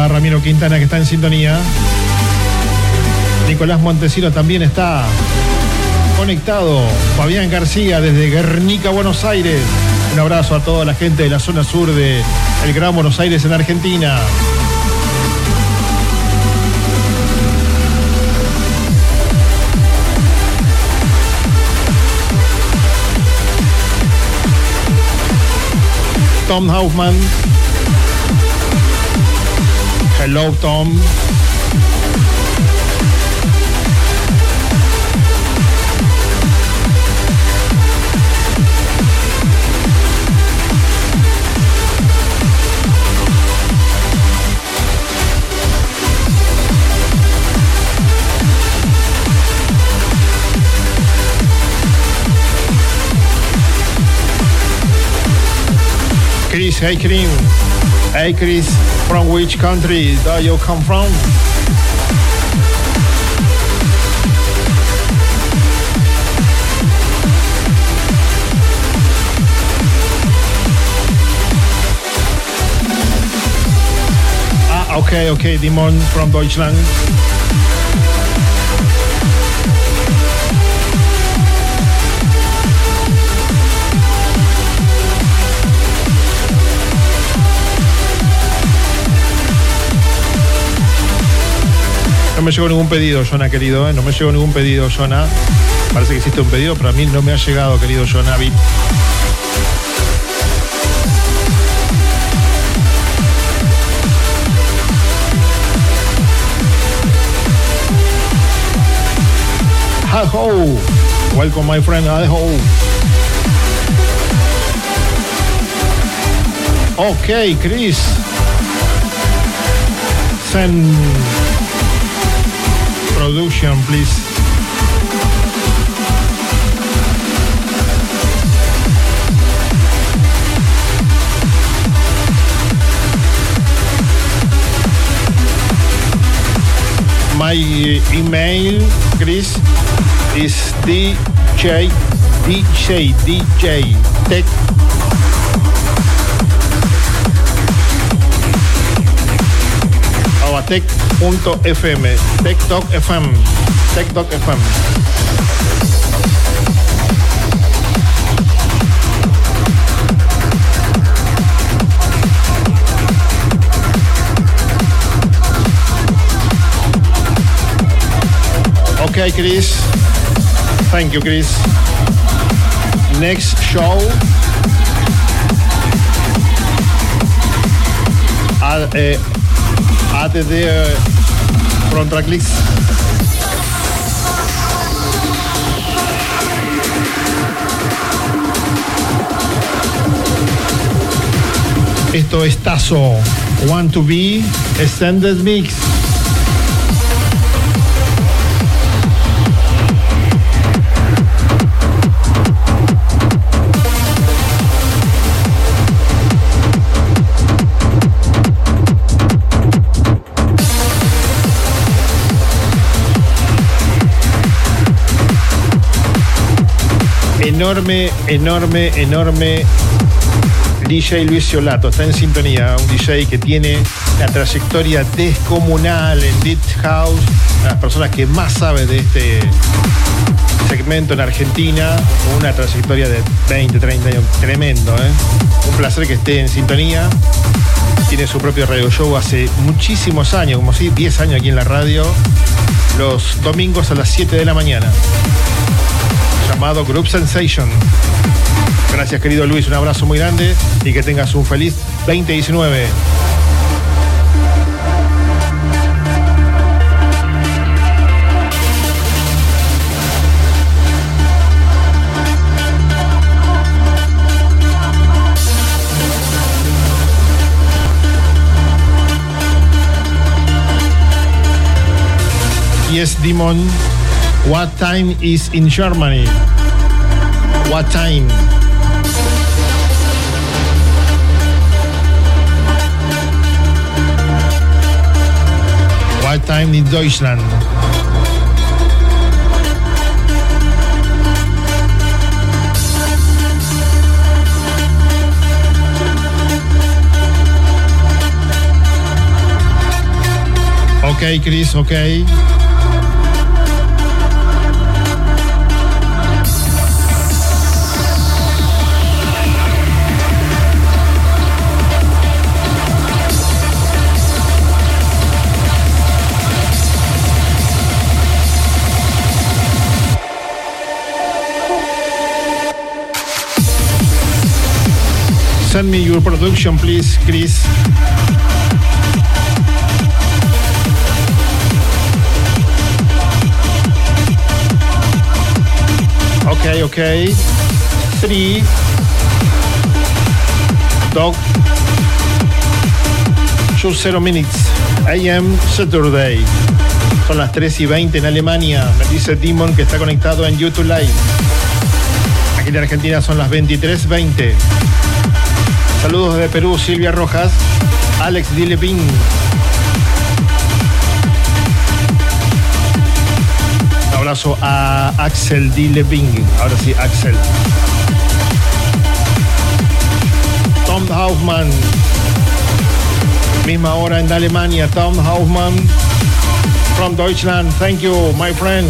está Ramiro Quintana, que está en sintonía. Nicolás Montesino también está conectado. Fabián García desde Guernica, Buenos Aires. Un abrazo a toda la gente de la zona sur de el Gran Buenos Aires en Argentina. Tom Hoffman. Hello, Tom. Chris, hey Cream. Hey Chris, from which country do you come from? Okay, Dimon from Deutschland. No me llegó ningún pedido, Jonah, querido, No me llegó ningún pedido, Jonah. Parece que hiciste un pedido, pero a mí no me ha llegado, querido Jonah. Hello, welcome my friend. Hello. Okay, Chris. Send production, please. My email, Chris, is DJ Tech tech.fm, tech.fm. Okay, Chris. Thank you, Chris. Next show. Add the front track list. Esto es Tazo. Want to be extended mix. Enorme DJ Luis Ciolato, está en sintonía, un DJ que tiene una trayectoria descomunal en Deep House, una de las personas que más sabe de este segmento en Argentina, una trayectoria de 20, 30 años, tremendo, Un placer que esté en sintonía. Tiene su propio radio show hace muchísimos años, como si 10 años aquí en la radio, los domingos a las 7 de la mañana. Llamado Group Sensation. Gracias, querido Luis, un abrazo muy grande y que tengas un feliz 2019. Yes, Dimon. What time is in Germany? What time? What time in Deutschland? Chris, ok. Send me your production, please, Chris. Okay. 3 Dog 20 minutes AM Saturday. Son las 3:20 en Alemania. Me dice Demon que está conectado en YouTube Live. Aquí en Argentina son las 23:20. Saludos desde Perú, Silvia Rojas, Alex Dillepin. Un abrazo a Axel Dillepin. Ahora sí, Axel. Tom Hoffman. Misma hora en Alemania. Tom Hoffman from Deutschland. Thank you, my friend.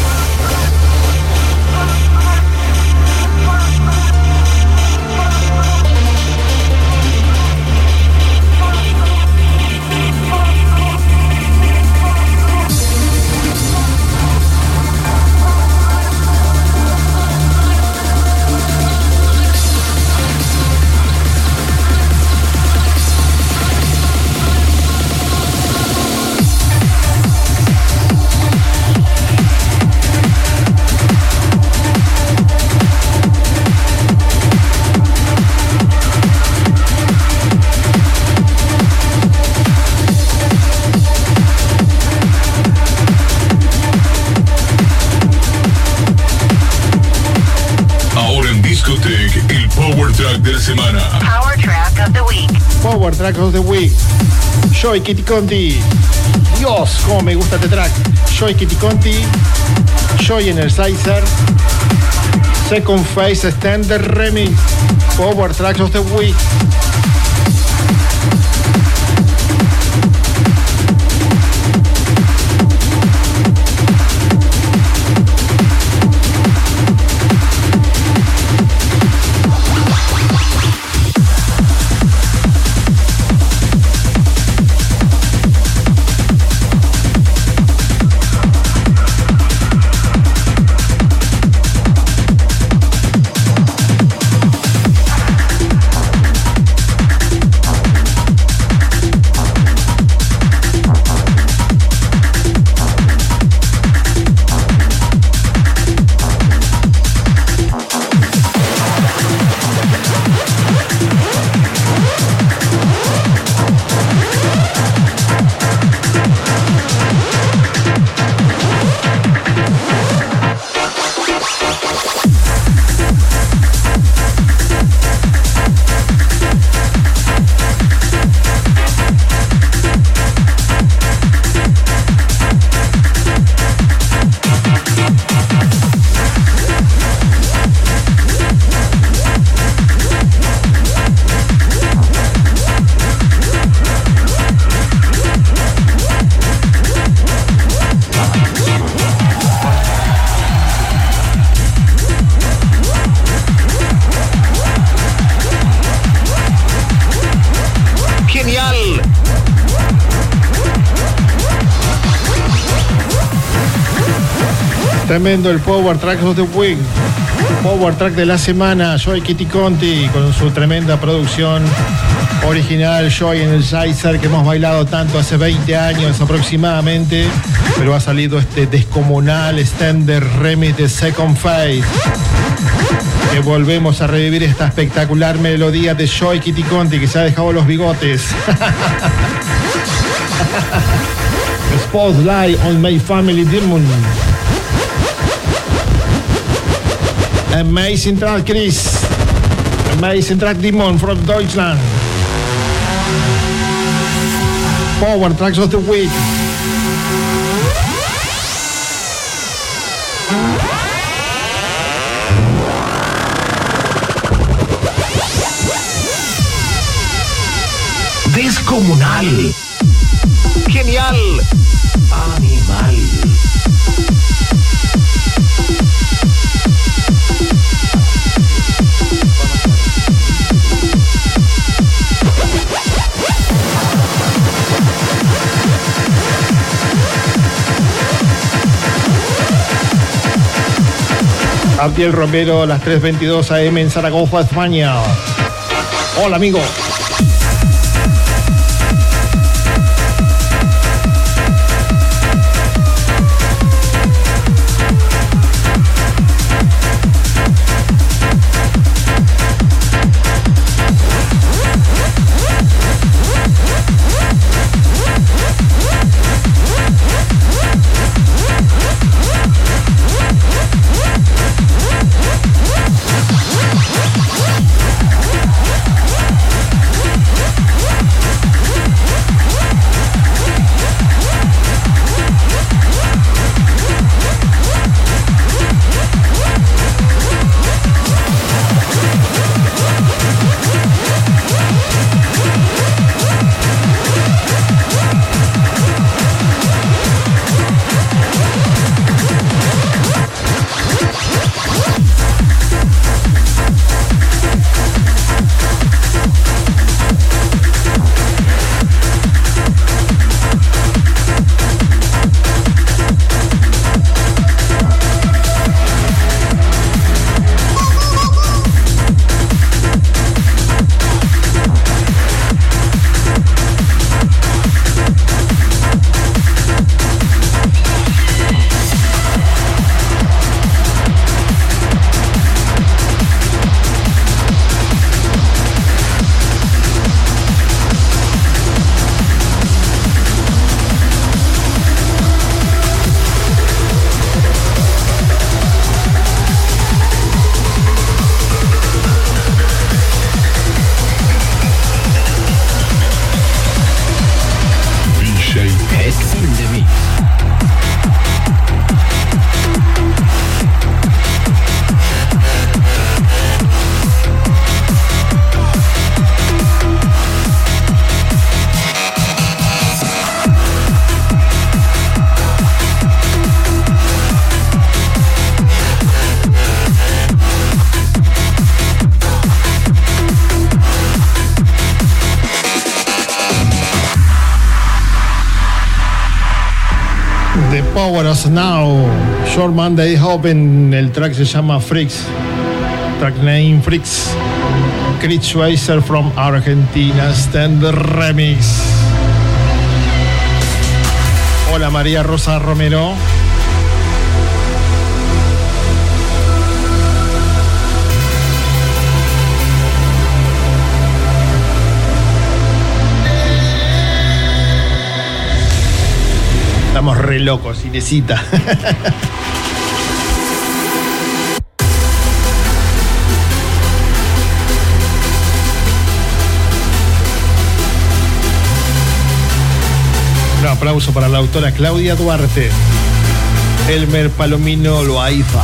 Semana. Power Track of the Week. Power Track of the Week. Joy Kitty Conti. Dios, cómo me gusta este track. Joy Kitty Conti. Joy Energizer. Second Phase Extended Remix. Power Track of the Week. Tremendo el Power Track of the Week. Power Track de la semana. Joy Kitty Conti con su tremenda producción original. Joy Energizer, que hemos bailado tanto hace 20 años aproximadamente. Pero ha salido este descomunal Extended Remix de Second Phase. Que volvemos a revivir esta espectacular melodía de Joy Kitty Conti, que se ha dejado los bigotes. Spotlight on My Family Demon. Amazing track, Chris. Amazing track, Demon from Deutschland. Power Tracks of the Week. Descomunal. Genial. mal. Abdiel Romero, las 3:22 AM en Zaragoza, España. Hola, amigo. Power Us Now, Short Monday Open, el track se llama Freaks, track name Freaks, Chris Schweizer from Argentina, Stand Remix. Hola María Rosa Romero. Estamos re locos, Inesita. Un aplauso para la autora Claudia Duarte. Elmer Palomino Loaiza.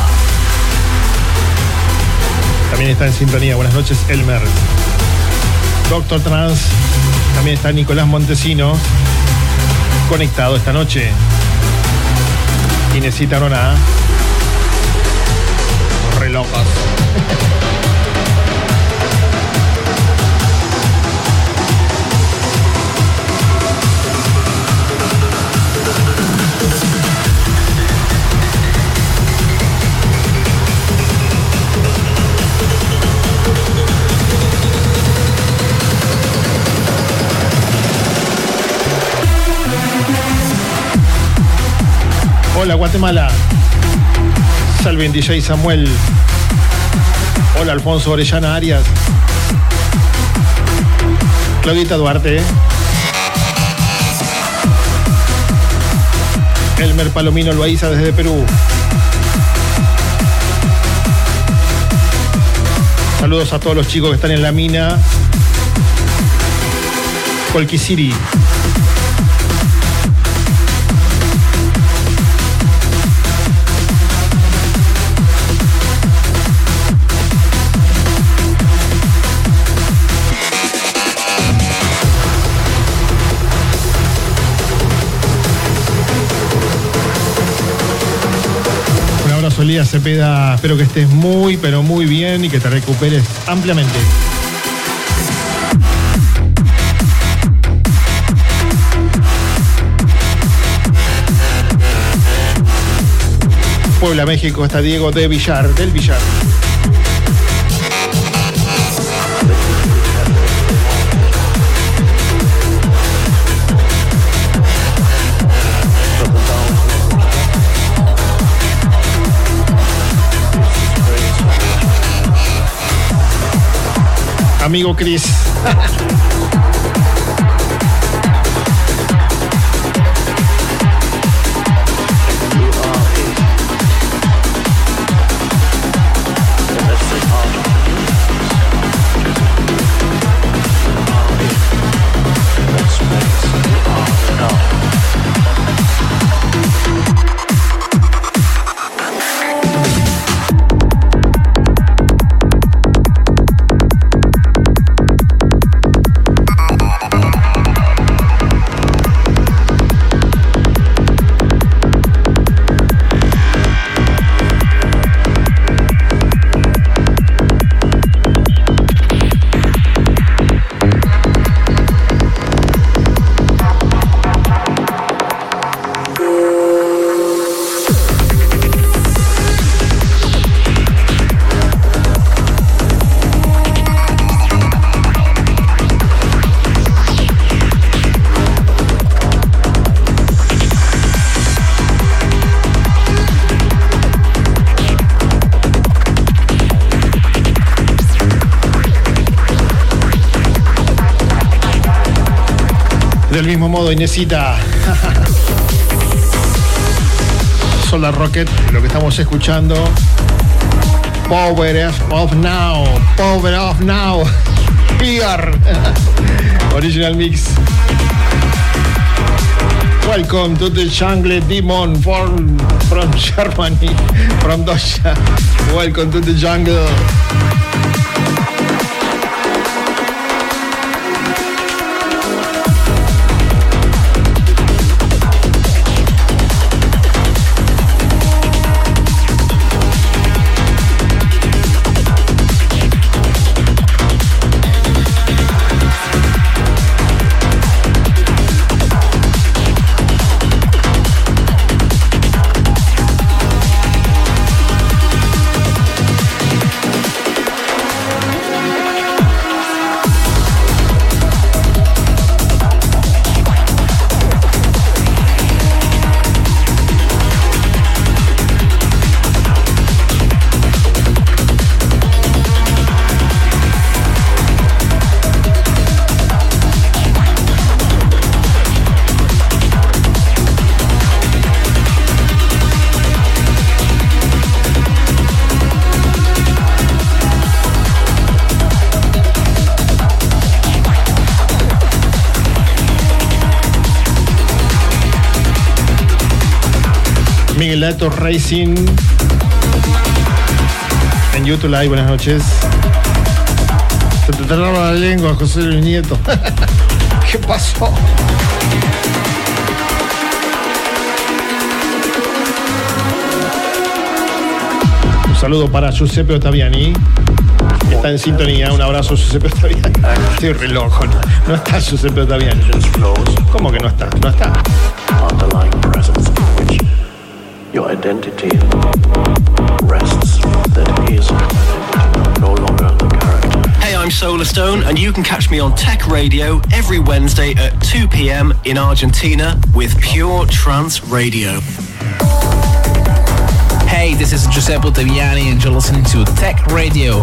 También está en sintonía. Buenas noches, Elmer. Doctor Trans. También está Nicolás Montesinos conectado esta noche. Inesita Nona. Re locos. Hola Guatemala. Salven DJ Samuel. Hola Alfonso Orellana Arias. Claudita Duarte. Elmer Palomino Loaiza desde Perú. Saludos a todos los chicos que están en la mina. Colquisiri. Elías Cepeda, espero que estés muy, pero muy bien y que te recuperes ampliamente. Puebla, México, está Diego del Villar. Amigo Chris. Del mismo modo, Inesita. Solar Rocket, lo que estamos escuchando. Power of Now. Here. Original mix. Welcome to the Jungle Demon from Germany. From Dosha. Welcome to the jungle. Miguelato Racing en YouTube Live, buenas noches. Se te traba la lengua, José Luis Nieto. ¿Qué pasó? Un saludo para Giuseppe Ottaviani, que está en sintonía. Un abrazo, Giuseppe Ottaviani. Estoy re loco, no está Giuseppe Ottaviani. ¿Cómo que no está? No está. Your identity rests that is no longer the character. Hey, I'm Solarstone, and you can catch me on Tech Radio every Wednesday at 2 p.m. in Argentina with Pure Trance Radio. Hey, this is Giuseppe Ottaviani, and you're listening to Tech Radio.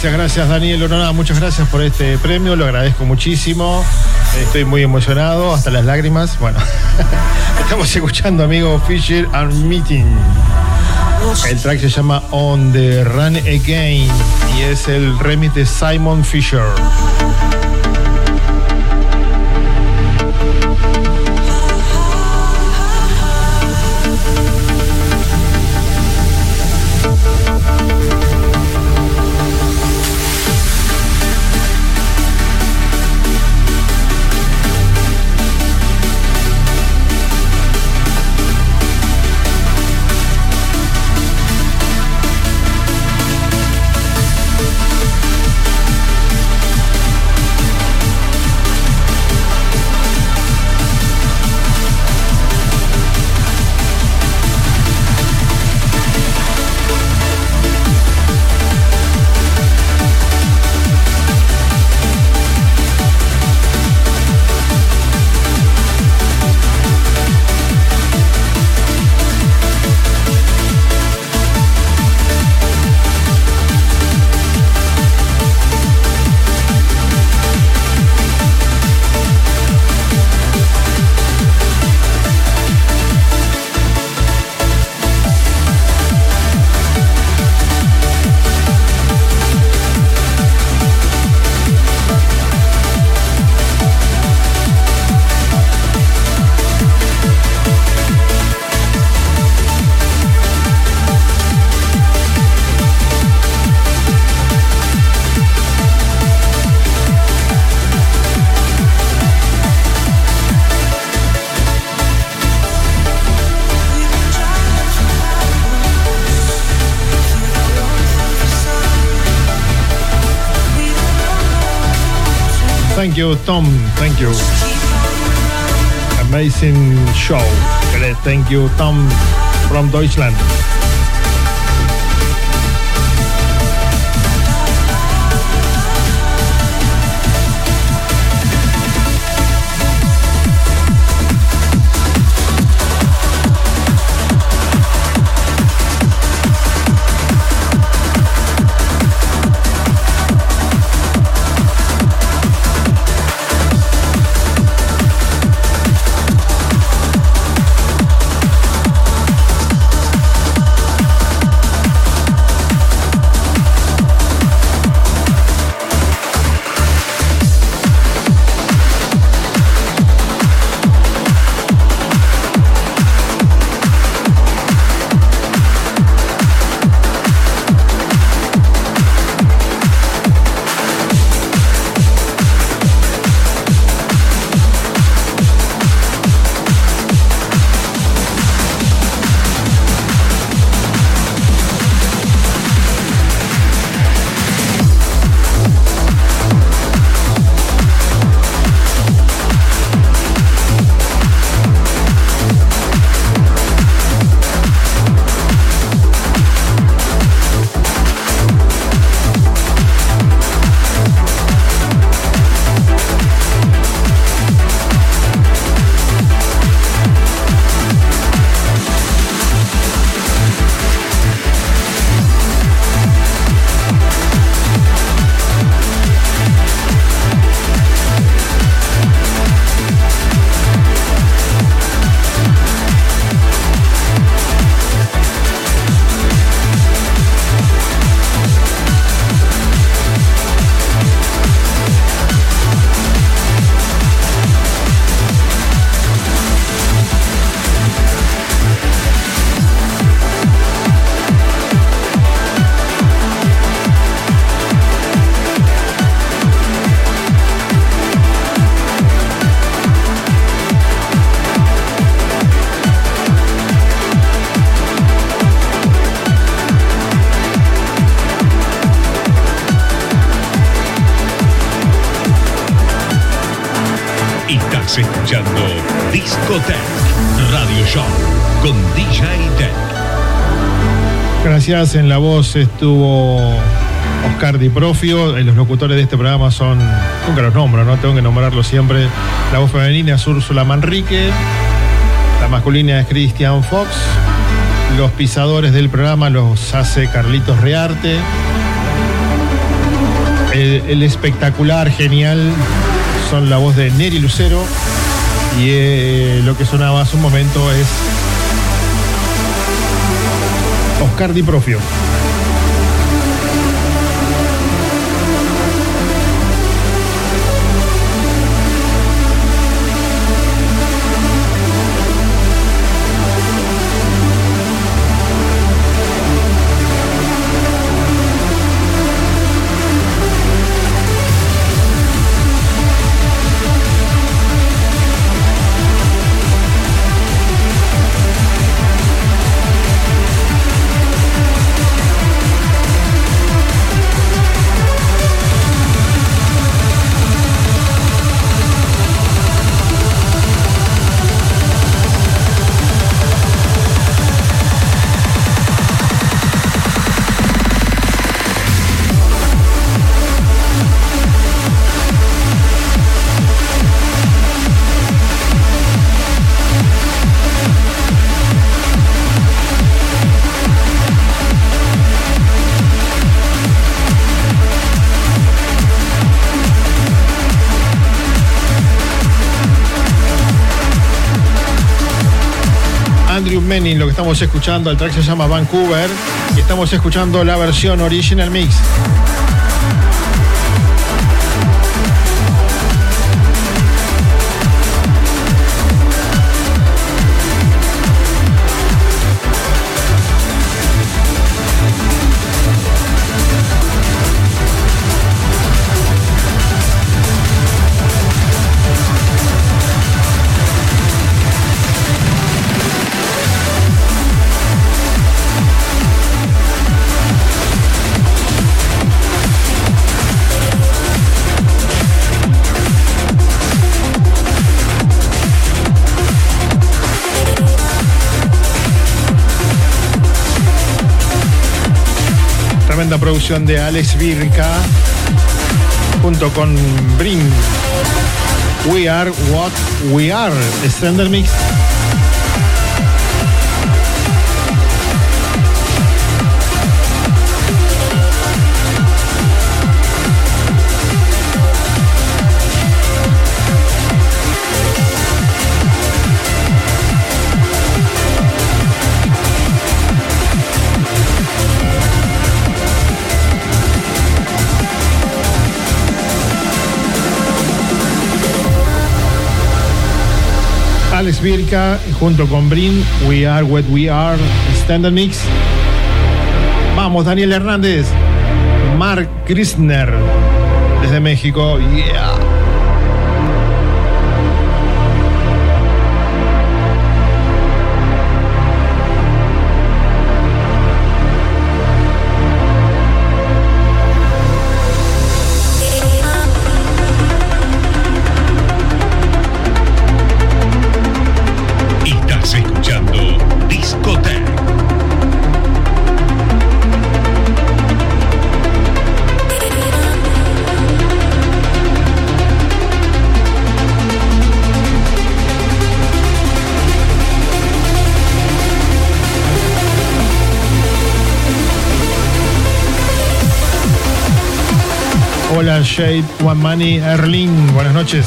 Muchas gracias, Daniel Oronada, muchas gracias por este premio, lo agradezco muchísimo. Estoy muy emocionado, hasta las lágrimas. Bueno, estamos escuchando, amigo, Fisher and Meeting. El track se llama On the Run Again y es el remix de Simon Fisher. Thank you, Tom. Thank you. Amazing show. Thank you, Tom, from Deutschland. Escuchando Discotech Radio Show con DJ Tech. Gracias. En la voz estuvo Oscar Di Profio. Los locutores de este programa son, nunca los nombro, ¿no? Tengo que nombrarlos siempre. La voz femenina es Úrsula Manrique. La masculina es Christian Fox. Los pisadores del programa los hace Carlitos Rearte. El espectacular, genial, son la voz de Neri Lucero y lo que sonaba hace un momento es Oscar Di Profio. Lo que estamos escuchando, el track se llama Vancouver y estamos escuchando la versión Original Mix. Tremenda producción de Alex Virka junto con Brin. We Are What We Are, Extended Mix. Alex Virka junto con Brin, We Are What We Are, Standard Mix. Vamos, Daniel Hernández, Mark Krisner, desde México, yeah. Hola Shade, One Money, Erling, buenas noches.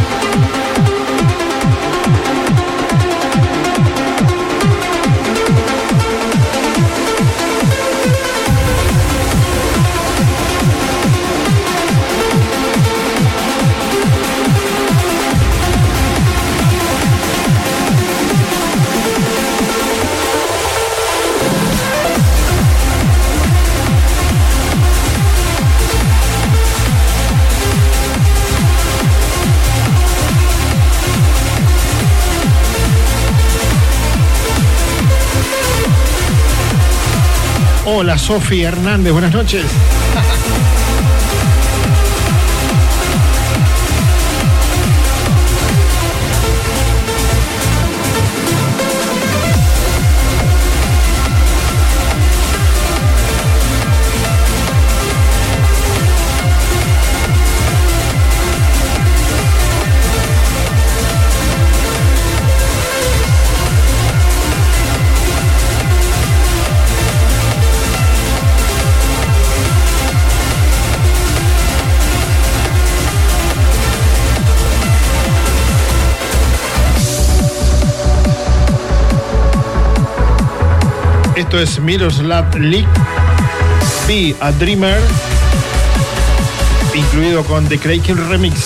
Hola Sofía Hernández, buenas noches. Esto es Miroslav Lik, Be a Dreamer, incluido con The Kraken Remix.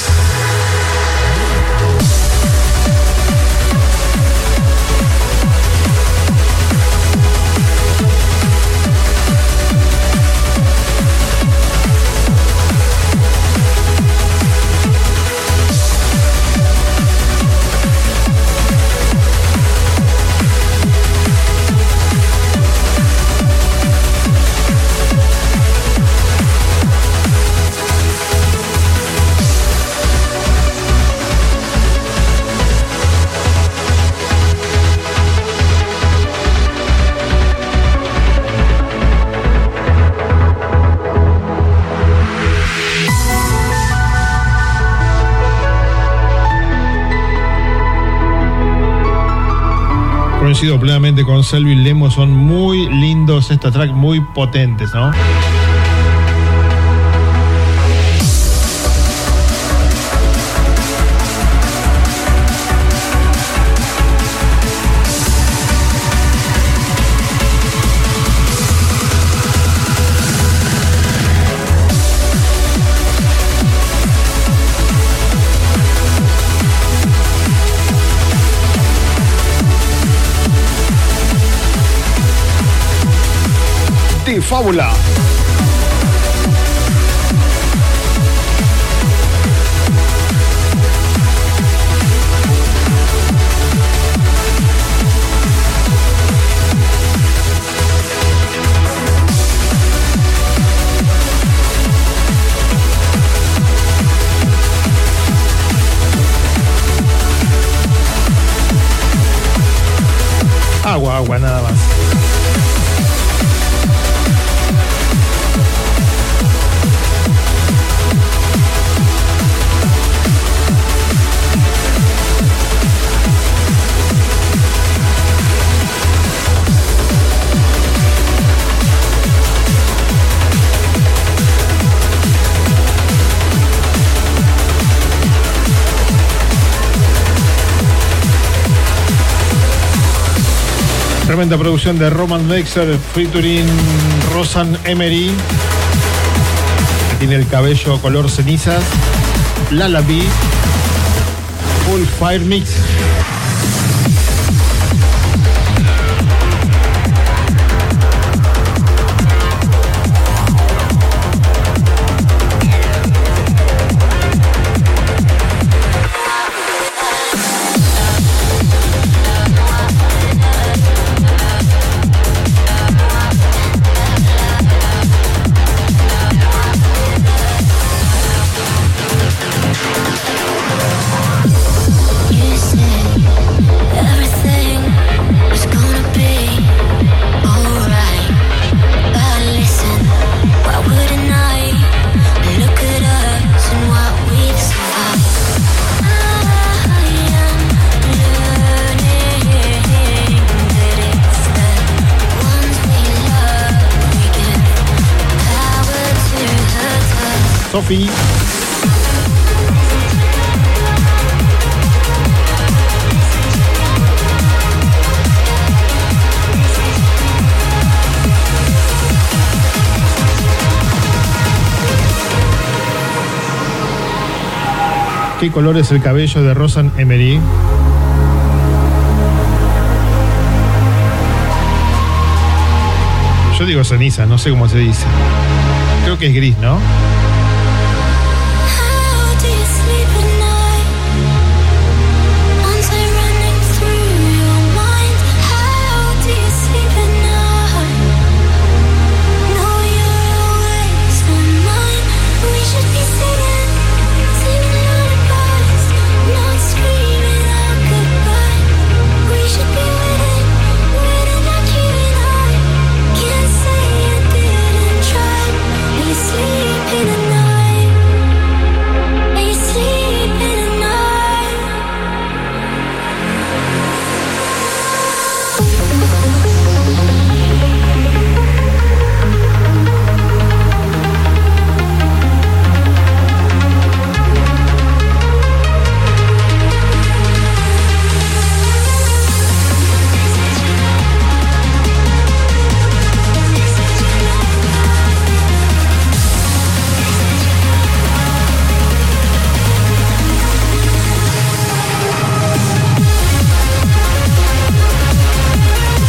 Coincido plenamente con Selvin Lemo, son muy lindos estos tracks, muy potentes, ¿no? Fábula. Agua, nada más. Tremenda producción de Roman Mexer featuring Rosanne Emery, que tiene el cabello color cenizas. Lullaby, Full Fire Mix. Sophie. ¿Qué color es el cabello de Rosanne Emery? Yo digo ceniza, no sé cómo se dice. Creo que es gris, ¿no? In a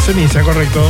ceniza, correcto.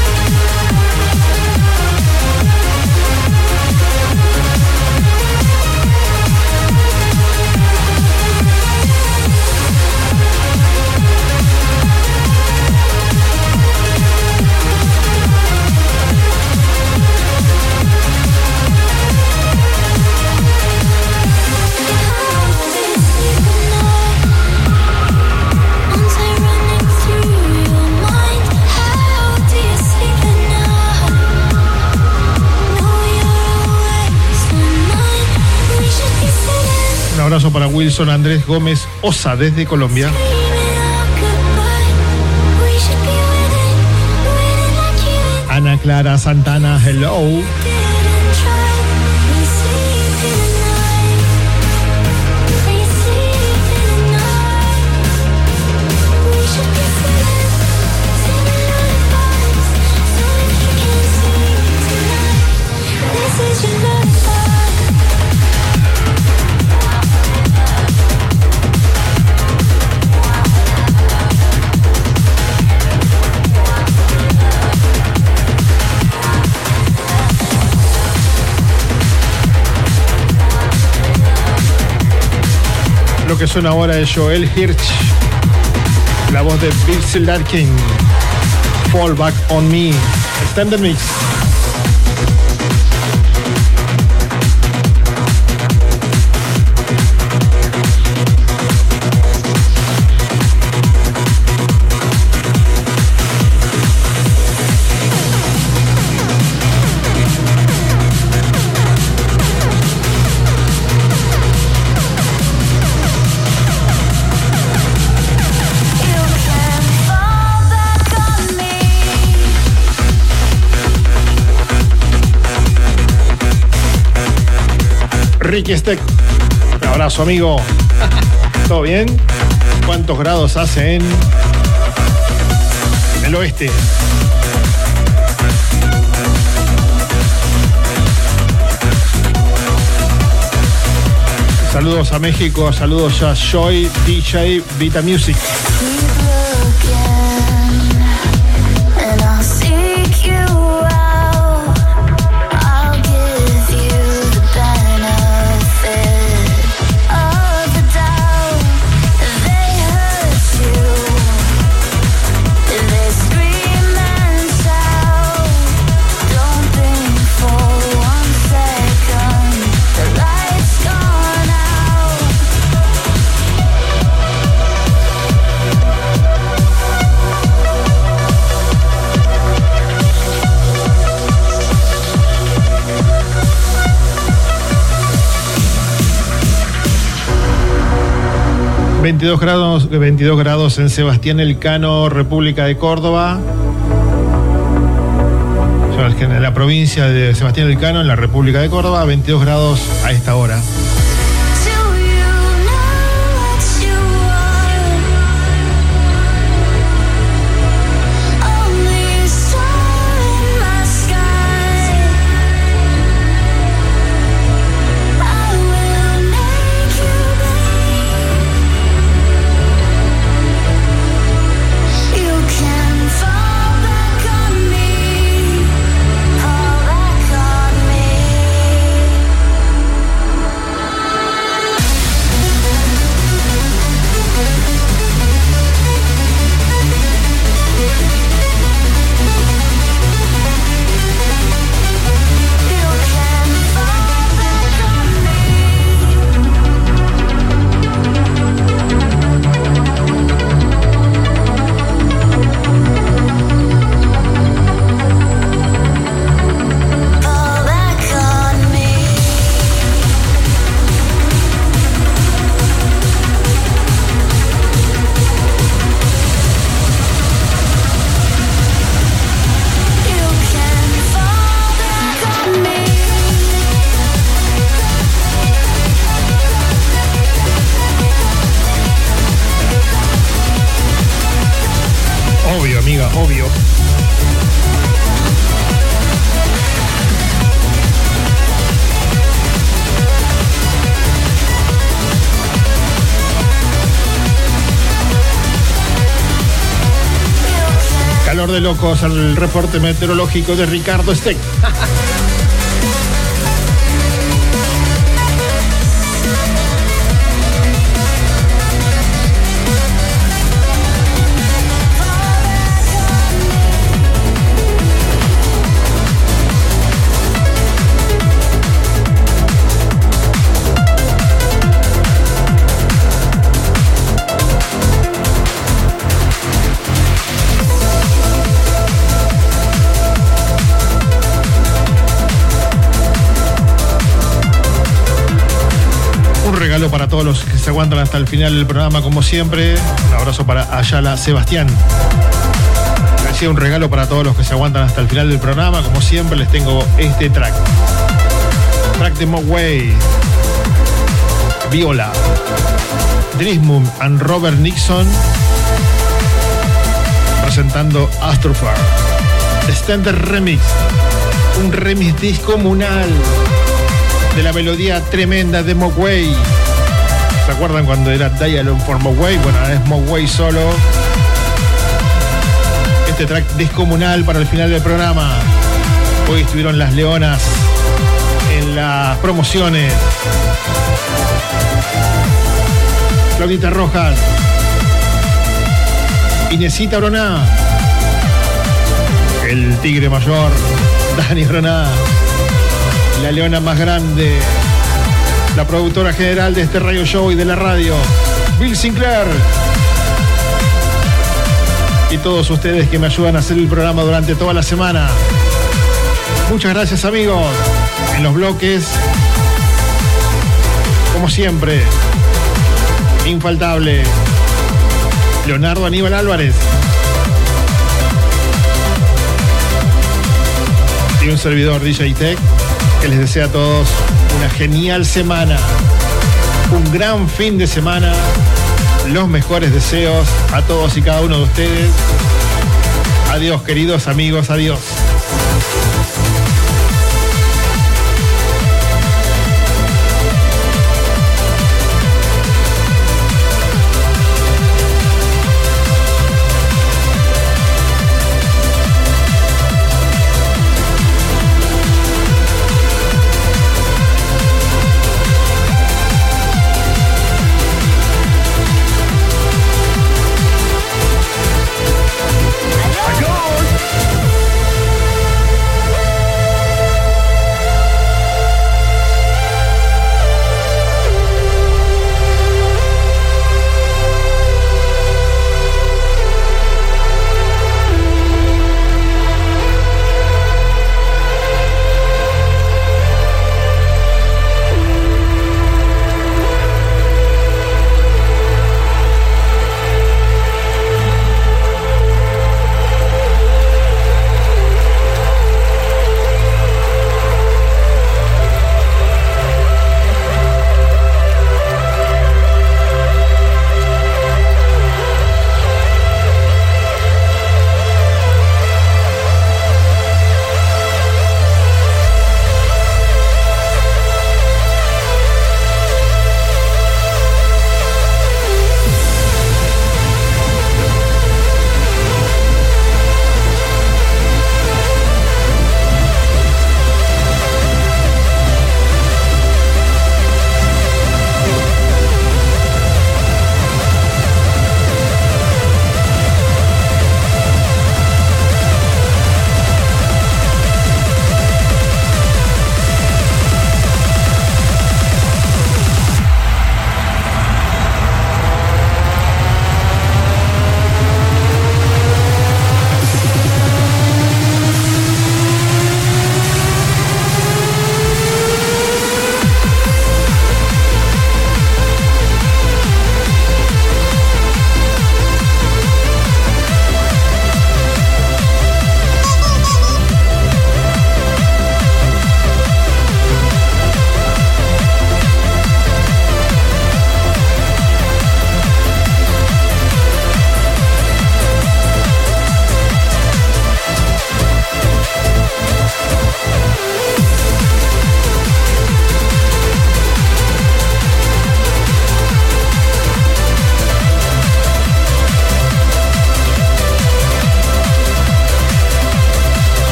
Un abrazo para Wilson Andrés Gómez Osa desde Colombia. Ana Clara Santana, hello. Lo que suena ahora es Joel Hirsch, la voz de Bill Larkin, Fall Back on Me, Extended Mix. Ricky Steck, un abrazo, amigo. ¿Todo bien? ¿Cuántos grados hace en el oeste? Saludos a México, saludos a Joy, DJ, Vita Music. ...22 grados en Sebastián Elcano, República de Córdoba. En la provincia de Sebastián Elcano, en la República de Córdoba, 22 grados a esta hora. Obvio. calor de locos, el reporte meteorológico de Ricardo Steck. Para todos los que se aguantan hasta el final del programa, como siempre, un abrazo para Ayala Sebastián. Decía, un regalo para todos los que se aguantan hasta el final del programa, como siempre les tengo este track de Mogwai, Viola, Dennis Moon and Robert Nixon presentando Astrophar, Standard Remix, un remix descomunal de la melodía tremenda de Mogwai. ¿Se acuerdan cuando era Dialogue for Mogwai? Bueno, ahora es Mogwai solo. Este track descomunal para el final del programa. Hoy estuvieron las Leonas en las promociones. Claudita Rojas, Inesita Broná, el Tigre Mayor, Dani Broná, la Leona más grande, la productora general de este radio show y de la radio, Bill Sinclair, y todos ustedes que me ayudan a hacer el programa durante toda la semana. Muchas gracias, amigos. En los bloques, como siempre, infaltable, Leonardo Aníbal Álvarez y un servidor, DJ Tech, que les desea a todos una genial semana, un gran fin de semana, los mejores deseos a todos y cada uno de ustedes. Adiós, queridos amigos, adiós.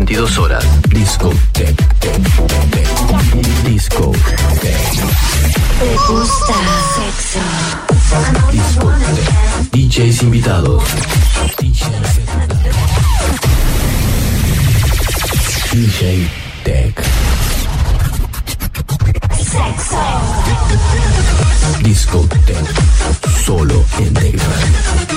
22 horas. Discotech. Discotech. ¿Te gusta sexo? Discotech. DJs invitados. DJ Tech. Sexo. Discotech. Solo en Tech Radio.